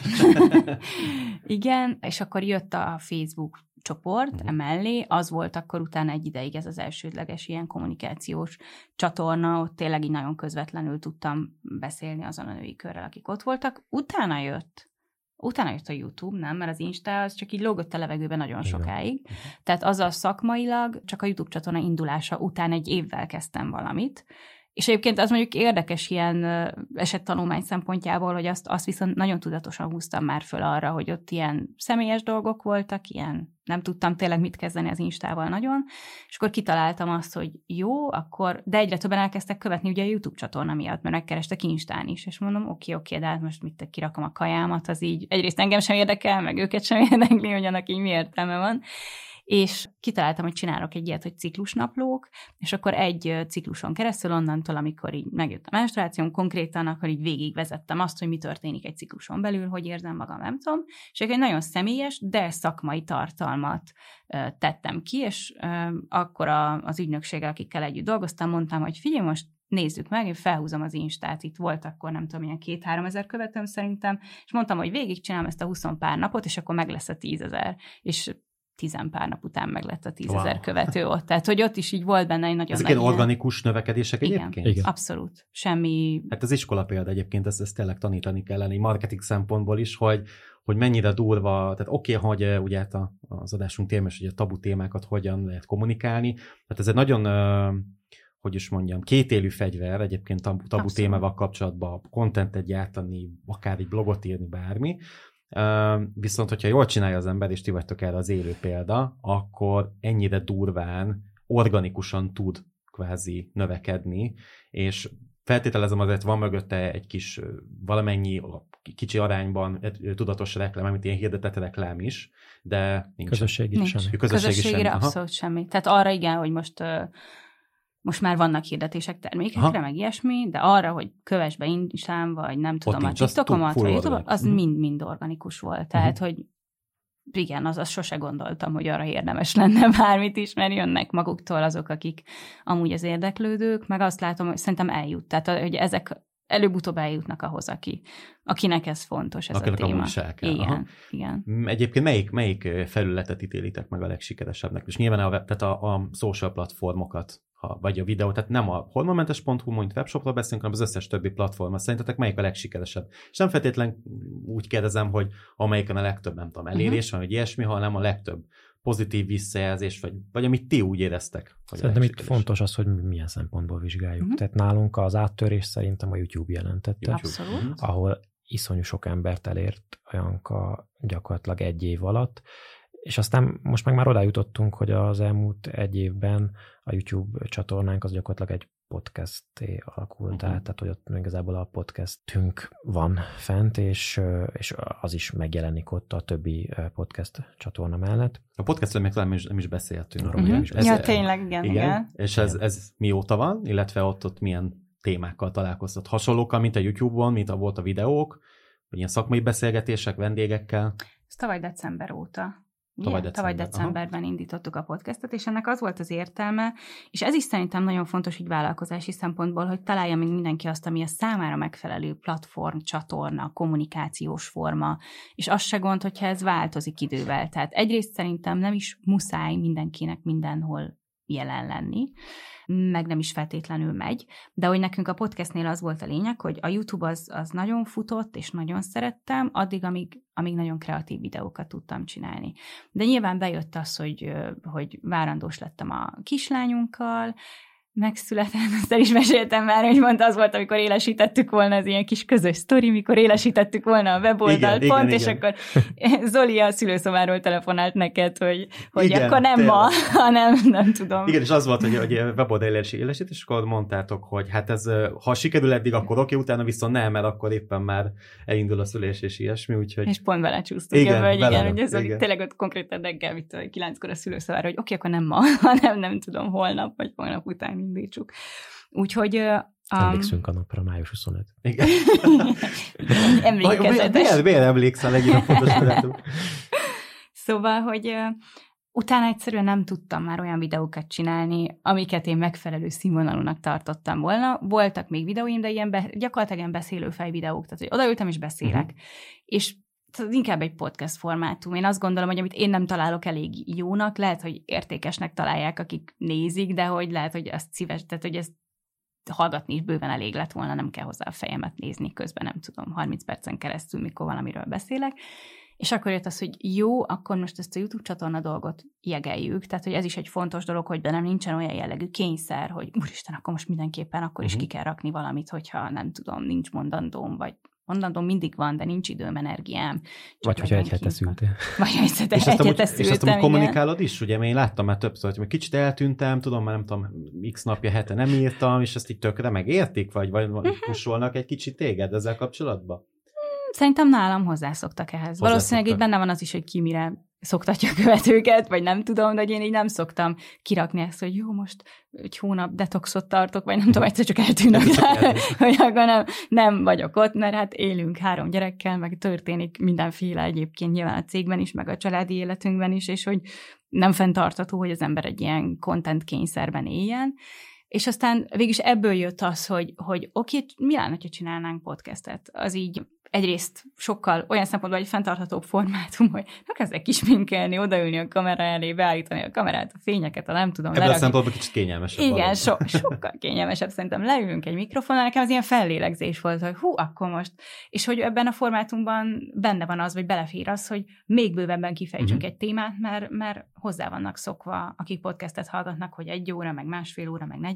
Igen, és akkor jött a Facebook csoport uh-huh. emellé, az volt akkor utána egy ideig ez az elsődleges ilyen kommunikációs csatorna, ott tényleg így nagyon közvetlenül tudtam beszélni azon a női körrel, akik ott voltak. Utána jött, utána jött a YouTube, nem? Mert az Insta az csak így lógott a levegőben nagyon sokáig. Uh-huh. Tehát azzal szakmailag csak a YouTube csatorna indulása után egy évvel kezdtem valamit, és egyébként az mondjuk érdekes ilyen esettanulmány szempontjából, hogy azt, azt viszont nagyon tudatosan húztam már föl arra, hogy ott ilyen személyes dolgok voltak, ilyen nem tudtam tényleg mit kezdeni az Instával nagyon, és akkor kitaláltam azt, hogy jó, akkor, de egyre többen elkezdtek követni ugye a YouTube csatorna miatt, mert megkerestek Instán is, és mondom, oké, oké, de hát most mit kirakom a kajámat, az így egyrészt engem sem érdekel, meg őket sem érdekli, hogy annak így mi értelme van. És kitaláltam, hogy csinálok egy ilyet, hogy ciklusnaplók, és akkor egy cikluson keresztül onnantól, amikor így megjött a menstruációm, konkrétan akkor így végigvezettem azt, hogy mi történik egy cikluson belül, hogy érzem magam, nem tudom, és egy nagyon személyes, de szakmai tartalmat tettem ki, és akkor az ügynökséggel, akikkel együtt dolgoztam, mondtam, hogy figyelj, most nézzük meg, én felhúzom az Instát, itt volt akkor nem tudom, ilyen két-három ezer követőm szerintem, és mondtam, hogy végigcsinálom ezt a húsz pár napot, és akkor meg lesz a tízezer, és tizen pár nap után meg lett a tízezer wow. követő ott. Tehát, hogy ott is így volt benne egy nagyon Ezek nagy... Ezek ilyen organikus növekedések igen, egyébként? Igen, abszolút. Semmi... Hát az iskola példa egyébként, ezt, ezt tényleg tanítani kellene, marketing szempontból is, hogy, hogy mennyire durva, tehát oké, okay, hogy ugye hát a, az adásunk témás, hogy a tabu témákat hogyan lehet kommunikálni. Tehát ez egy nagyon, hogy is mondjam, kétélű fegyver egyébként tabu, tabu témával kapcsolatban, contentet gyártani, akár egy blogot írni, bármi. Viszont, hogyha jól csinálja az ember, és ti vagytok erre az élő példa, akkor ennyire durván, organikusan tud kvázi növekedni, és feltételezem azért van mögötte egy kis valamennyi kicsi arányban tudatos reklám, amit ilyen hirdetett reklám is, de nincs. Közösségi nincs. semmi. Közösségi Közösségére semmi. abszolút semmi. Tehát arra igen, hogy most most már vannak hirdetések termékekre, Aha. meg ilyesmi, de arra, hogy kövess be Instán, vagy nem tudom, a TikTokomat, vagy YouTube, az mind-mind organikus volt. Tehát, uh-huh. hogy igen, az, az sose gondoltam, hogy arra érdemes lenne bármit is, mert jönnek maguktól azok, akik amúgy az érdeklődők, meg azt látom, hogy szerintem eljut. Tehát, hogy ezek előbb-utóbb eljutnak ahhoz, aki, akinek ez fontos, ez akinek a téma. Igen, Aha. igen. Egyébként melyik, melyik felületet ítélitek meg a legsikeresebbnek? És nyilván a, tehát a, a social platformokat, ha, vagy a videó, tehát nem a hormonmentes pont hu, mint webshopról beszélünk, hanem az összes többi platforma. Szerintetek melyik a legsikeresebb? És nem feltétlen úgy kérdezem, hogy amelyiken a legtöbb, nem tudom, elérés uh-huh. van, vagy ilyesmi, hanem a legtöbb pozitív visszajelzés, vagy, vagy amit ti úgy éreztek. Szerintem itt fontos az, hogy milyen szempontból vizsgáljuk. Uh-huh. Tehát nálunk az áttörés szerintem a YouTube jelentette. Abszolút. Uh-huh. Ahol iszonyú sok embert elért a Janka gyakorlatilag egy év alatt, és aztán most meg már oda jutottunk, hogy az elmúlt egy évben a YouTube csatornánk az gyakorlatilag egy podcasté alakult uh-huh. át, tehát hogy ott igazából a podcastünk van fent, és, és az is megjelenik ott a többi podcast csatorna mellett. A podcastről még nem is, nem is beszéltünk. Uh-huh. Nem is beszéltünk. Ja, tényleg, igen. igen. igen. És ez, ez mióta van, illetve ott, ott milyen témákkal találkoztat? Hasonlókkal, mint a YouTube-on, mint a volt a videók, vagy ilyen szakmai beszélgetések vendégekkel? Ez tavaly december óta. Tavaly, Igen, december. tavaly decemberben Aha. indítottuk a podcastot, és ennek az volt az értelme, és ez is szerintem nagyon fontos így vállalkozási szempontból, hogy találja meg mindenki azt, ami a számára megfelelő platform, csatorna, kommunikációs forma, és az se gond, hogyha ez változik idővel. Tehát egyrészt szerintem nem is muszáj mindenkinek mindenhol jelen lenni, meg nem is feltétlenül megy, de hogy nekünk a podcastnél az volt a lényeg, hogy a YouTube az, az nagyon futott, és nagyon szerettem, addig, amíg, amíg nagyon kreatív videókat tudtam csinálni. De nyilván bejött az, hogy, hogy várandós lettem a kislányunkkal, megszületett, azt el is meséltem már, hogy mondta, az volt, amikor élesítettük volna az ilyen kis közös sztori, mikor élesítettük volna a weboldalt pont, igen, és igen. akkor Zoli a szülőszobáról telefonált neked, hogy, hogy igen, akkor nem tényleg. Ma, hanem nem tudom. Igen, és az volt, hogy, hogy weboldal élesít, és akkor mondtátok, hogy hát ez, ha sikerül eddig, akkor oké, utána viszont nem, mert akkor éppen már elindul a szülés és ilyesmi, úgyhogy... És pont belecsúsztunk, igen, ebbe, igen, hogy ez igen. tényleg ott konkrétan reggel, mit kilenckor a szülőszobára, hogy oké, akkor nem ma, hanem nem tudom, holnap, vagy holnap után indítsuk. Úgyhogy... Um, Emlékszünk a napra, május huszonötödike. Igen. Emlékezetes. Miért, miért emlékszel egyre fontos datum? Szóval, hogy uh, utána egyszerűen nem tudtam már olyan videókat csinálni, amiket én megfelelő színvonalúnak tartottam volna. Voltak még videóim, de ilyen be, gyakorlatilag ilyen beszélőfej videók, tehát hogy odaültem és beszélek. Uh-huh. És inkább egy podcast formátum. Én azt gondolom, hogy amit én nem találok elég jónak, lehet, hogy értékesnek találják, akik nézik, de hogy lehet, hogy azt szíves, tehát hogy ezt hallgatni is bőven elég lett volna, nem kell hozzá a fejemet nézni közben, nem tudom, harminc percen keresztül, mikor valamiről beszélek. És akkor jött az, hogy jó, akkor most ezt a YouTube csatorna dolgot jegeljük, tehát hogy ez is egy fontos dolog, hogy bennem nincsen olyan jellegű kényszer, hogy úristen, akkor most mindenképpen akkor is uh-huh. ki kell rakni valamit, hogyha nem tudom, nincs mondandóm, vagy mondandóm mindig van, de nincs időm, energiám. Vagy hogyha egy hete szültél. Vagy egy hete szültem, És azt amúgy kommunikálod is, ugye, én láttam már többször, hogy kicsit eltűntem, tudom, már nem tudom, x napja, hete nem írtam, és ezt így tökre megértik, vagy, vagy pusolnak egy kicsit téged ezzel kapcsolatban? Szerintem nálam hozzászoktak ehhez. Hozzá Valószínűleg itt benne van az is, hogy ki mire szoktatja a követőket, vagy nem tudom, de én így nem szoktam kirakni ezt, hogy jó, most egy hónap detoxot tartok, vagy nem tudom, egyszer csak eltűnök, hogy akkor nem, nem vagyok ott, mert hát élünk három gyerekkel, meg történik mindenféle egyébként nyilván a cégben is, meg a családi életünkben is, és hogy nem fenntartható, hogy az ember egy ilyen content kényszerben éljen. És aztán végülis ebből jött az, hogy, hogy oké, mi lenne, ha csinálnánk podcastet? Az így egyrészt sokkal olyan szempontból egy fenntarthatóbb formátum, hogy nem kezdek kisminkelni, odaülni a kamera elé, beállítani a kamerát, a fényeket, a nem tudom. Ebből lerakni. A szempontból kicsit kényelmesebb. Igen, so, sokkal kényelmesebb szerintem. Leülünk egy mikrofonnal, nekem az ilyen fellélegzés volt, hogy hú, akkor most. És hogy ebben a formátumban benne van az, vagy belefér az, hogy még bővebben kifejtsünk uh-huh. egy témát, mert, mert hozzá vannak szokva, akik podcastet hallgatnak, hogy egy óra, meg másfél óra, meg negyven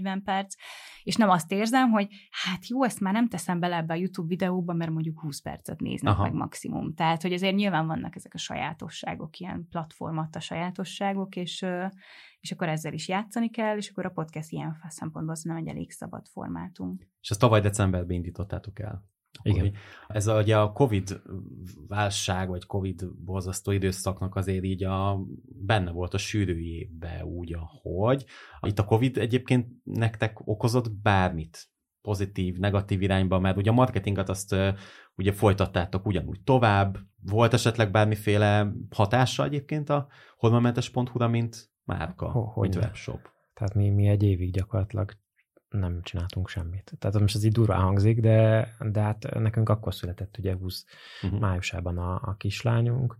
negyven perc, és nem azt érzem, hogy hát jó, ezt már nem teszem bele ebbe a YouTube videóba, mert mondjuk húsz percet néznek Aha. meg maximum. Tehát, hogy azért nyilván vannak ezek a sajátosságok, ilyen platformatta sajátosságok, és, és akkor ezzel is játszani kell, és akkor a podcast ilyen szempontból az nem egy elég szabad formátum. És ezt tavaly decemberben indítottátok el. Igen. Ez a, ugye a Covid válság, vagy Covid borzasztó időszaknak azért így a, benne volt a sűrűjébe úgy, ahogy. Itt a Covid egyébként nektek okozott bármit? Pozitív, negatív irányba, mert ugye a marketinget azt uh, ugye folytattátok ugyanúgy tovább. Volt esetleg bármiféle hatása egyébként a hormonmentes pont hu-ra, mint márka, Ho, mint webshop? Tehát mi, mi egy évig gyakorlatilag nem csináltunk semmit. Tehát most ez így durván hangzik, de, de hát nekünk akkor született ugye húsz uh-huh. májusában a, a kislányunk,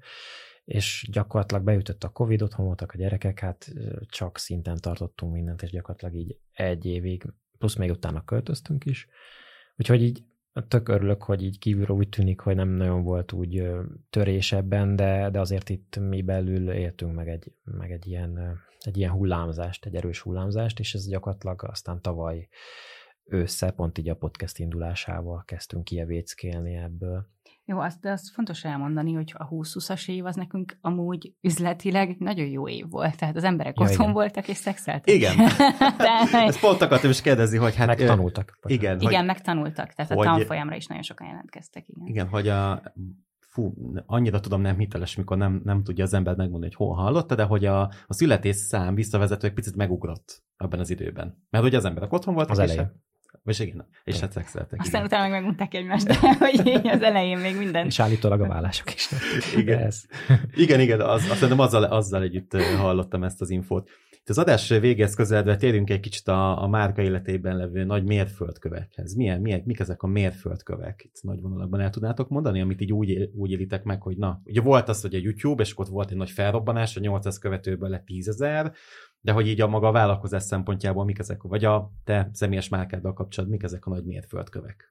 és gyakorlatilag beütött a Covid, otthon voltak a gyerekek, hát csak szinten tartottunk mindent, és gyakorlatilag így egy évig, plusz még utána költöztünk is. Úgyhogy így tök örülök, hogy így kívülről úgy tűnik, hogy nem nagyon volt úgy törés ebben, de, de azért itt mi belül éltünk meg egy, meg egy ilyen egy ilyen hullámzást, egy erős hullámzást, és ez gyakorlatilag aztán tavaly ősszel, pont így a podcast indulásával kezdtünk kijevéckélni ebből. Jó, azt, de azt fontos elmondani, hogy a húsz-húszas év az nekünk amúgy üzletileg nagyon jó év volt. Tehát az emberek ja, otthon igen. voltak és szexeltek. Igen. Tehát, ezt pont akartam is kérdezni, hogy hát... Megtanultak. Igen, igen hogy, megtanultak. Tehát hogy, a tanfolyamra is nagyon sokan jelentkeztek. Igen, igen hogy a... Fú, annyira tudom nem hiteles, mikor nem, nem tudja az ember megmondani, hogy hol hallotta, de hogy a, a születésszám visszavezető egy picit megugrott abban az időben. Mert ugye az emberek otthon voltak, az és, hát, és igen, és hát szexeltek. Aztán igen. utána meg megmondták egymást, de hogy az elején még minden. És állítólag a vállások is. Igen, ez. igen, igen, az, azt szerintem azzal, azzal együtt hallottam ezt az infót. Itt az adás végéhez közeledve térjünk egy kicsit a, a márka életében levő nagy mérföldkövekhez. Milyen, milyen, mik ezek a mérföldkövek? Itt nagy vonalakban el tudnátok mondani, amit így úgy, úgy élitek meg, hogy na, ugye volt az, hogy a YouTube, és ott volt egy nagy felrobbanás, a nyolcszáz követőből lett tízezer, de hogy így a maga a vállalkozás szempontjából mik ezek, vagy a te személyes márkáddal kapcsolatban, mik ezek a nagy mérföldkövek?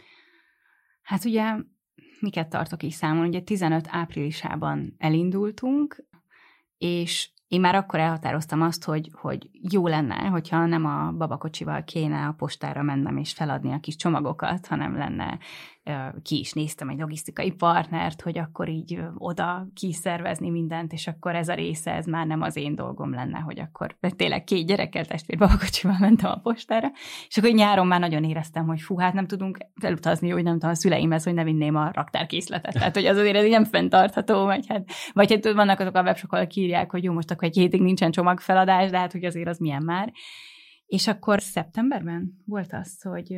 Hát ugye, miket tartok így számon? Ugye tizenöt áprilisában elindultunk, és én már akkor elhatároztam azt, hogy, hogy jó lenne, hogyha nem a babakocsival kéne a postára mennem és feladni a kis csomagokat, hanem lenne, ki is néztem egy logisztikai partnert, hogy akkor így oda kiszervezni mindent, és akkor ez a része, ez már nem az én dolgom lenne, hogy akkor tényleg két gyerekkel testvér babakocsival mentem a postára, és akkor nyáron már nagyon éreztem, hogy fú, hát nem tudunk elutazni, hogy nem tudom, a szüleimhez, hogy ne vinném a raktárkészletet. Tehát, hogy az azért ez nem fenntartható, vagy hát, vagy hát vannak azok a webshopok, akik írják, hogy jó, most akkor egy hétig nincsen csomagfeladás, de hát, hogy azért az milyen már. És akkor szeptemberben volt az, hogy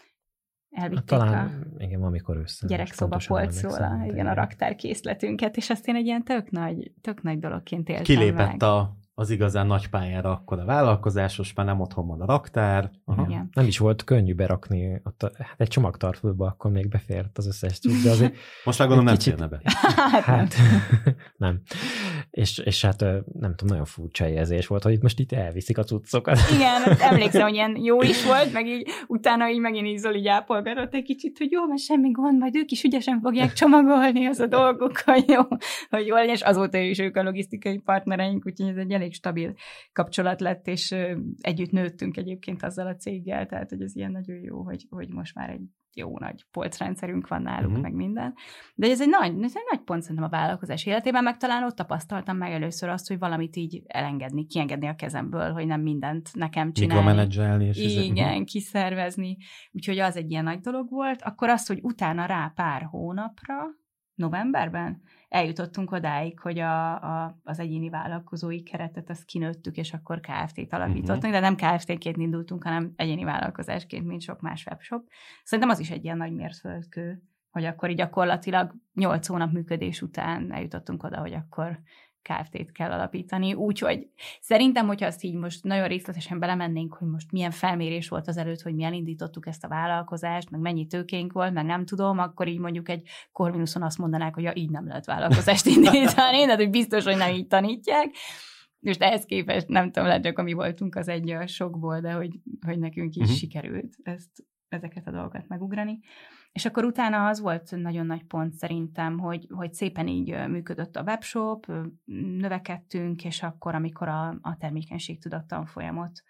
elvitték talán, a igen, amikor össze. gyerekszobapolcról, igen, a raktárkészletünket, és azt én egy ilyen tök nagy, tök nagy dologként éltem Kilépett meg. a az igazán nagy pályára akkor a vállalkozás, most már nem otthon van a raktár. Igen. Nem is volt könnyű berakni, ott a, hát egy csomagtartóba akkor még befért az összes cucc, de azért... Most már gondolom nem kicsit... férne be. Hát nem. És, és hát nem tudom, nagyon furcsa érzés volt, hogy itt most itt elviszik a cuccokat. Igen, emlékszem, hogy ilyen jó is volt, meg így utána így megint így Zoli gyápolgatott egy kicsit, hogy jó, mert semmi gond, majd ők is ügyesen fogják csomagolni az a dolgok, hogy jó, hogy jól, és azóta is ők a logisztikai partnereink, úgyhogy ez egy elég stabil kapcsolat lett, és együtt nőttünk egyébként azzal a céggel, tehát hogy ez ilyen nagyon jó, hogy, hogy most már egy jó nagy polcrendszerünk van náluk, uh-huh. meg minden. De ez egy nagy, ez egy nagy pont szerintem a vállalkozás életében, meg talán ott tapasztaltam meg először azt, hogy valamit így elengedni, kiengedni a kezemből, hogy nem mindent nekem csinálni. Mikromenedzselni. És igen, uh-huh. kiszervezni. Úgyhogy az egy ilyen nagy dolog volt. Akkor az, hogy utána rá pár hónapra, novemberben eljutottunk odáig, hogy a, a, az egyéni vállalkozói keretet azt kinőttük, és akkor ká ef té-t alapítottunk, uh-huh. de nem ká ef té-ként indultunk, hanem egyéni vállalkozásként, mint sok más webshop. Szerintem az is egy ilyen nagy mérföldkő, hogy akkor így gyakorlatilag nyolc hónap működés után eljutottunk oda, hogy akkor ká ef té-t kell alapítani. Úgyhogy szerintem, hogyha azt így most nagyon részletesen belemennénk, hogy most milyen felmérés volt az előtt, hogy mi elindítottuk ezt a vállalkozást, meg mennyi tőkénk volt, meg nem tudom, akkor így mondjuk egy Corvinuson azt mondanák, hogy ja, így nem lehet vállalkozást indítani, de hogy biztos, hogy nem így tanítják. Most ehhez képest nem tudom, lehet csak, ami voltunk az egy a sokból, de hogy, hogy nekünk is uh-huh. sikerült ezt, ezeket a dolgokat megugrani. És akkor utána az volt nagyon nagy pont szerintem, hogy, hogy szépen így működött a webshop, növekedtünk, és akkor, amikor a, a termékenységtudat tanfolyamot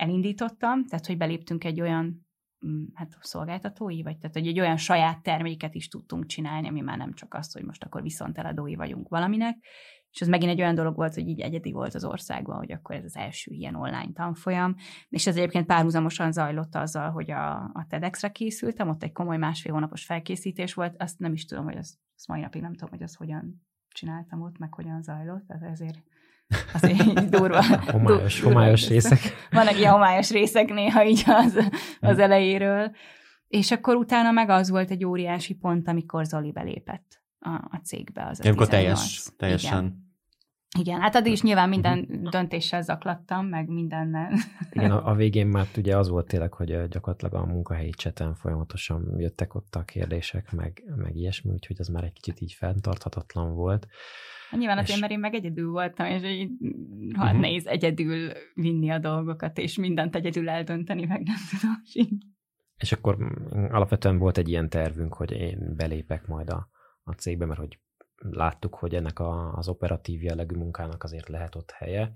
elindítottam, tehát hogy beléptünk egy olyan hát szolgáltatói, vagy tehát hogy egy olyan saját terméket is tudtunk csinálni, ami már nem csak az, hogy most akkor viszonteladói vagyunk valaminek, és ez megint egy olyan dolog volt, hogy így egyedi volt az országban, hogy akkor ez az első ilyen online tanfolyam, és ez egyébként párhuzamosan zajlott azzal, hogy a, a TEDxre készültem, ott egy komoly másfél hónapos felkészítés volt, azt nem is tudom, hogy az, azt mai napig nem tudom, hogy az hogyan csináltam ott, meg hogyan zajlott, tehát ezért azért így durva. Homályos, durva, homályos részek. Vannak ilyen homályos részek néha így az, az elejéről. És akkor utána meg az volt egy óriási pont, amikor Zoli belépett a, a cégbe. Az a amikor teljes, teljesen. Igen. Igen, hát addig is nyilván minden döntéssel zaklattam, meg mindennel. Igen, a, a végén már ugye az volt tényleg, hogy gyakorlatilag a munkahelyi cseten folyamatosan jöttek ott a kérdések, meg, meg ilyesmi, úgyhogy az már egy kicsit így fenntarthatatlan volt. Nyilván azért, mert én meg egyedül voltam, és így hát uh-huh. nehéz egyedül vinni a dolgokat, és mindent egyedül eldönteni, meg nem tudom. És akkor alapvetően volt egy ilyen tervünk, hogy én belépek majd a, a cégbe, mert hogy láttuk, hogy ennek a, az operatív jellegű munkának azért lehet ott helye.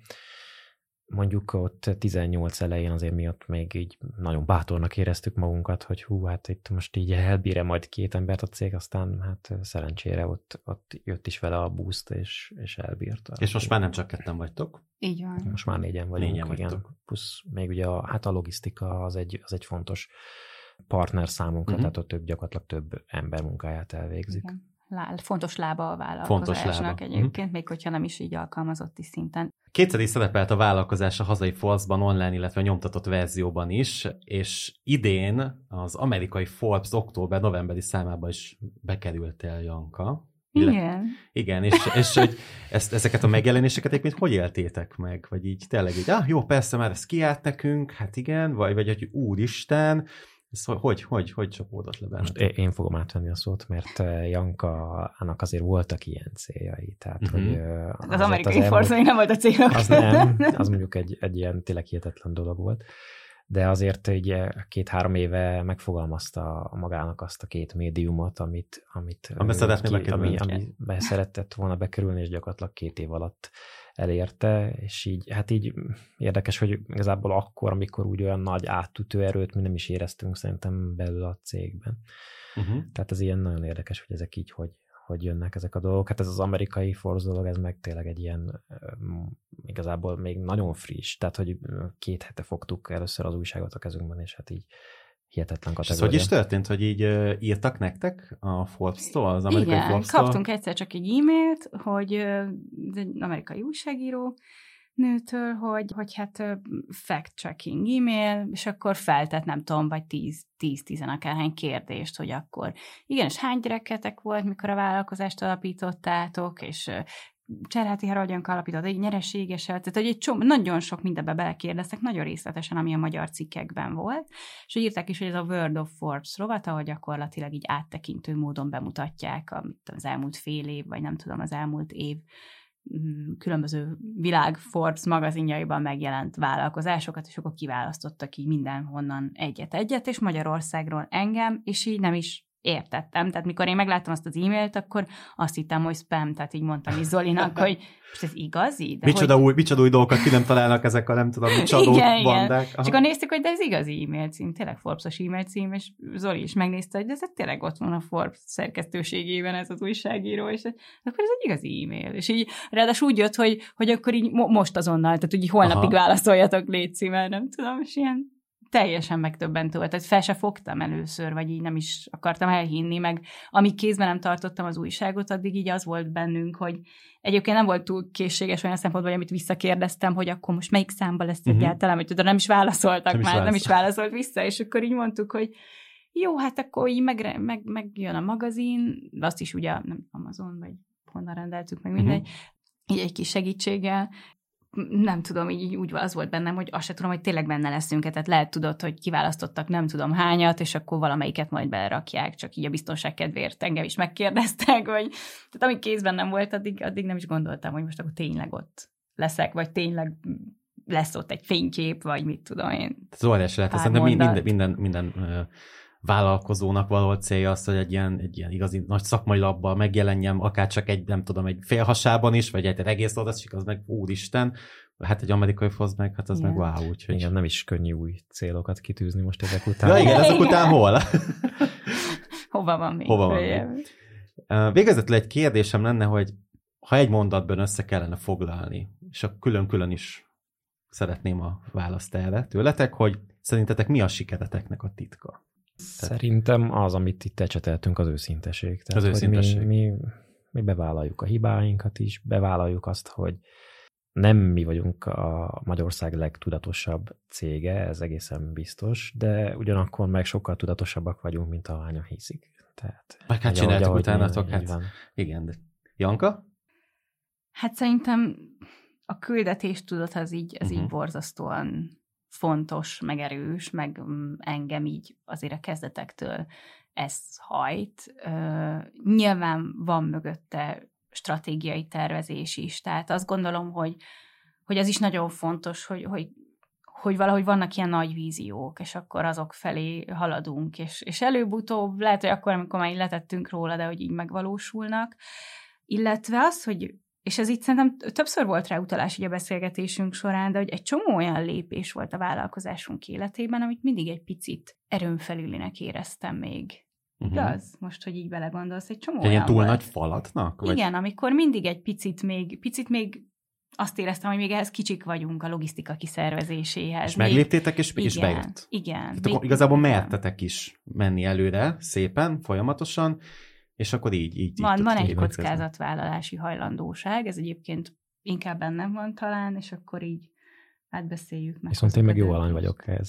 Mondjuk ott tizennyolc elején azért miatt még így nagyon bátornak éreztük magunkat, hogy hú, hát itt most így elbír majd két embert a cég, aztán hát szerencsére ott, ott jött is vele a boost, és, és elbírta. És most már nem csak ketten vagytok. Így van. Most már négyen vagyunk. Négyen igen. vagytok. Plusz még ugye a, hát a logisztika az egy, az egy fontos partner számunkra, uh-huh. tehát ott több, gyakorlatilag több ember munkáját elvégzik. Igen. Lá, fontos lába a vállalkozásnak egyébként, uh-huh. még hogyha nem is így alkalmazotti szinten. Kétszer is szerepelt a vállalkozás a hazai Forbes-ban online, illetve a nyomtatott verzióban is, és idén az amerikai Forbes október-novemberi számában is bekerültél, Janka. Igen. Igen, és, és hogy ezt, ezeket a megjelenéseket egyébként hogy éltétek meg? Vagy így tényleg így, ah, jó, persze, már ez kiállt nekünk, hát igen, vagy, vagy hogy úristen, ez hogy, hogy, hogy csapódott le benne? Most én fogom átvenni a szót, mert Janka-nak azért voltak ilyen céljai. Tehát, uh-huh. hogy, az, az amerikai Forbes nem volt a célok. Az nem, az mondjuk egy, egy ilyen tényleg hihetetlen dolog volt. De azért így két-három éve megfogalmazta magának azt a két médiumot, amit, amit ami szeretné ki, ami, ami be szeretett volna bekerülni, és gyakorlatilag két év alatt elérte, és így, hát így érdekes, hogy igazából akkor, amikor úgy olyan nagy átütő erőt mi nem is éreztünk szerintem belül a cégben. Uh-huh. Tehát ez ilyen nagyon érdekes, hogy ezek így, hogy, hogy jönnek ezek a dolgok. Hát ez az amerikai Forbes dolog, ez meg tényleg egy ilyen igazából még nagyon friss, tehát hogy két hete fogtuk először az újságot a kezünkben, és hát így hihetetlen kategória. És hogy is történt, hogy így uh, írtak nektek a Forbes-tól, az amerikai Igen, Forbes-tól? kaptunk egyszer csak egy e-mailt, hogy uh, egy amerikai újságíró nőtől, hogy, hogy hát uh, fact-checking e-mail, és akkor feltett, nem tudom, vagy tíz-tíz akárhány kérdést, hogy akkor igen, és hány gyereketek volt, mikor a vállalkozást alapítottátok, és uh, Cserháti Haraldjanka alapított, egy nyereséges, tehát hogy egy csomó, nagyon sok mindenbe belekérdeztek, nagyon részletesen, ami a magyar cikkekben volt, és hogy írták is, hogy ez a World of Forbes rovat, ahol gyakorlatilag így áttekintő módon bemutatják amit az elmúlt fél év, vagy nem tudom, az elmúlt év különböző világ Forbes magazinjaiban megjelent vállalkozásokat, és akkor kiválasztottak így mindenhonnan egyet-egyet, és Magyarországról engem, és így nem is értettem. Tehát mikor én megláttam azt az e-mailt, akkor azt hittem, hogy spam, tehát így mondtam is Zolinak, hogy most ez igazi? De micsoda, hogy... új, micsoda új dolgokat ki nem találnak ezek a nem tudom, csaló igen, bandák. Igen. És akkor néztük, hogy de ez igazi e-mail cím, tényleg Forbes-os e-mail cím, és Zoli is megnézte, hogy de ez tényleg ott van a Forbes szerkesztőségében ez az újságíró, és akkor ez egy igazi e-mail. És így ráadásul úgy jött, hogy, hogy akkor így most azonnal, tehát úgy holnapig aha. válaszoljatok, légy mert nem tudom, és ilyen teljesen megdöbbentő volt. Tehát fel se fogtam először, vagy így nem is akartam elhinni, meg amíg kézben nem tartottam az újságot, addig így az volt bennünk, hogy egyébként nem volt túl készséges olyan szempontból, hogy amit visszakérdeztem, hogy akkor most melyik számba lesz uh-huh. egyáltalán, hogy tudom, nem is válaszoltak nem már, is nem is válaszolt vissza, és akkor így mondtuk, hogy jó, hát akkor így meg, meg, megjön a magazin, azt is ugye nem Amazon, vagy honnan rendeltük meg mindegy, uh-huh. így egy kis segítséggel, nem tudom, így úgy az volt bennem, hogy azt se tudom, hogy tényleg benne leszünk, tehát lehet tudod, hogy kiválasztottak nem tudom hányat, és akkor valamelyiket majd belerakják, csak így a biztonság kedvéért engem is megkérdeztek, vagy tehát amíg kézben nem volt, addig, addig nem is gondoltam, hogy most akkor tényleg ott leszek, vagy tényleg lesz ott egy fénykép, vagy mit tudom én. Ez óriási lehet, szerintem minden, minden, minden uh, vállalkozónak való célja az, hogy egy ilyen, egy ilyen igazi nagy szakmai labban megjelenjem, akár csak egy, nem tudom, egy félhasában is, vagy egy egész oldalszik, az meg úristen, hát egy amerikai fosz meg, hát az igen. meg wow, úgyhogy... Igen, nem is könnyű új célokat kitűzni most ezek után. Ja, igen, ezek után hol? Hova van még? Hova van még? Végezetül egy kérdésem lenne, hogy ha egy mondatban össze kellene foglalni, és a külön-külön is szeretném a választ erre tőletek, hogy szerintetek mi a sikereteknek a titka? Szerintem az, amit itt ecseteltünk, az őszinteség. Tehát, az őszinteség. Mi, mi, mi bevállaljuk a hibáinkat is, bevállaljuk azt, hogy nem mi vagyunk a Magyarország legtudatosabb cége, ez egészen biztos, de ugyanakkor meg sokkal tudatosabbak vagyunk, mint ahányan hiszik. Tehát, meg hát csináltuk utánatok, hát igen. De... Janka? Hát szerintem a küldetéstudat az így, az uh-huh. így borzasztóan fontos, meg erős, meg engem így azért a kezdetektől ez hajt. Uh, nyilván van mögötte stratégiai tervezés is, tehát azt gondolom, hogy, hogy az is nagyon fontos, hogy, hogy, hogy valahogy vannak ilyen nagy víziók, és akkor azok felé haladunk, és, és előbb-utóbb lehet, hogy akkor, amikor már így letettünk róla, de hogy így megvalósulnak. Illetve az, hogy és ez itt szerintem többször volt rá utalás így a beszélgetésünk során, de hogy egy csomó olyan lépés volt a vállalkozásunk életében, amit mindig egy picit erőn felülinek éreztem még. Uh-huh. Igaz? Most, hogy így belegondolsz, egy csomó egy olyan túl volt. nagy falatnak? Vagy? Igen, amikor mindig egy picit még, picit még azt éreztem, hogy még ehhez kicsik vagyunk a logisztika kiszervezéséhez. És még... megléptétek, és, és bejött. Igen. Tehát igazából mertetek is menni előre szépen, folyamatosan, és akkor így... így van, így van egy kockázatvállalási hajlandóság, ez egyébként inkább bennem van talán, és akkor így átbeszéljük meg. Viszont én meg jó alany vagyok ez.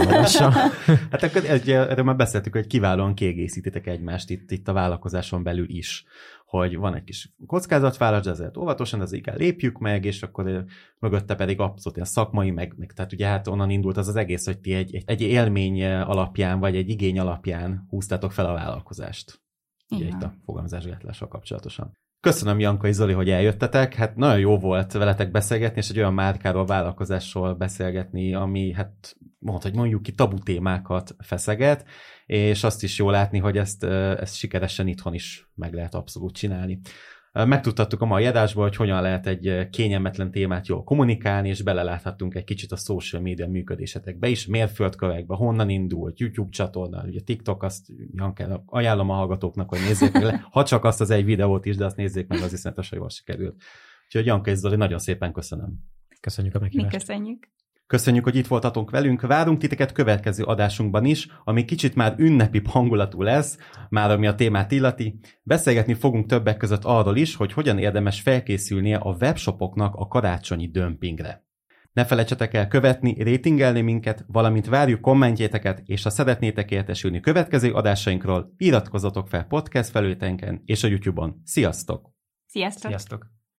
Hát akkor erről már beszéltük, hogy kiválóan kiegészítitek egymást itt, itt a vállalkozáson belül is, hogy van egy kis kockázatvállalás, de ezért óvatosan, ezért kell lépjük meg, és akkor mögötte pedig abszolút ilyen szakmai, meg, meg tehát ugye hát onnan indult az az egész, hogy ti egy, egy, egy élmény alapján, vagy egy igény alapján húztátok fel a vállalkozást. Ugye itt a fogalmazásgátlással kapcsolatosan. Köszönöm, Janka és Zoli, hogy eljöttetek. Hát nagyon jó volt veletek beszélgetni, és egy olyan márkáról, vállalkozásról beszélgetni, ami, hát mondhat, hogy mondjuk ki tabu témákat feszeget, és azt is jó látni, hogy ezt, ezt sikeresen itthon is meg lehet abszolút csinálni. Megtudtattuk a mai adásból, hogy hogyan lehet egy kényelmetlen témát jól kommunikálni, és beleláthattunk egy kicsit a social media működésetekbe is, mérföldkövekbe, honnan indult, YouTube csatorna, ugye TikTok, azt Jankának ajánlom a hallgatóknak, hogy nézzék meg le, ha csak azt az egy videót is, de azt nézzék meg, az iszonyatosan jól sikerült. Úgyhogy Janka és Zoli, nagyon szépen köszönöm. Köszönjük a meghívást. Mi köszönjük. Köszönjük, hogy itt voltatok velünk. Várunk titeket következő adásunkban is, ami kicsit már ünnepi hangulatú lesz, már ami a témát illeti. Beszélgetni fogunk többek között arról is, hogy hogyan érdemes felkészülnie a webshopoknak a karácsonyi dömpingre. Ne felejtsetek el követni, rétingelni minket, valamint várjuk kommentjéteket, és ha szeretnétek értesülni következő adásainkról, iratkozzatok fel podcast felületeinken és a YouTube-on. Sziasztok! Sziasztok! Sziasztok!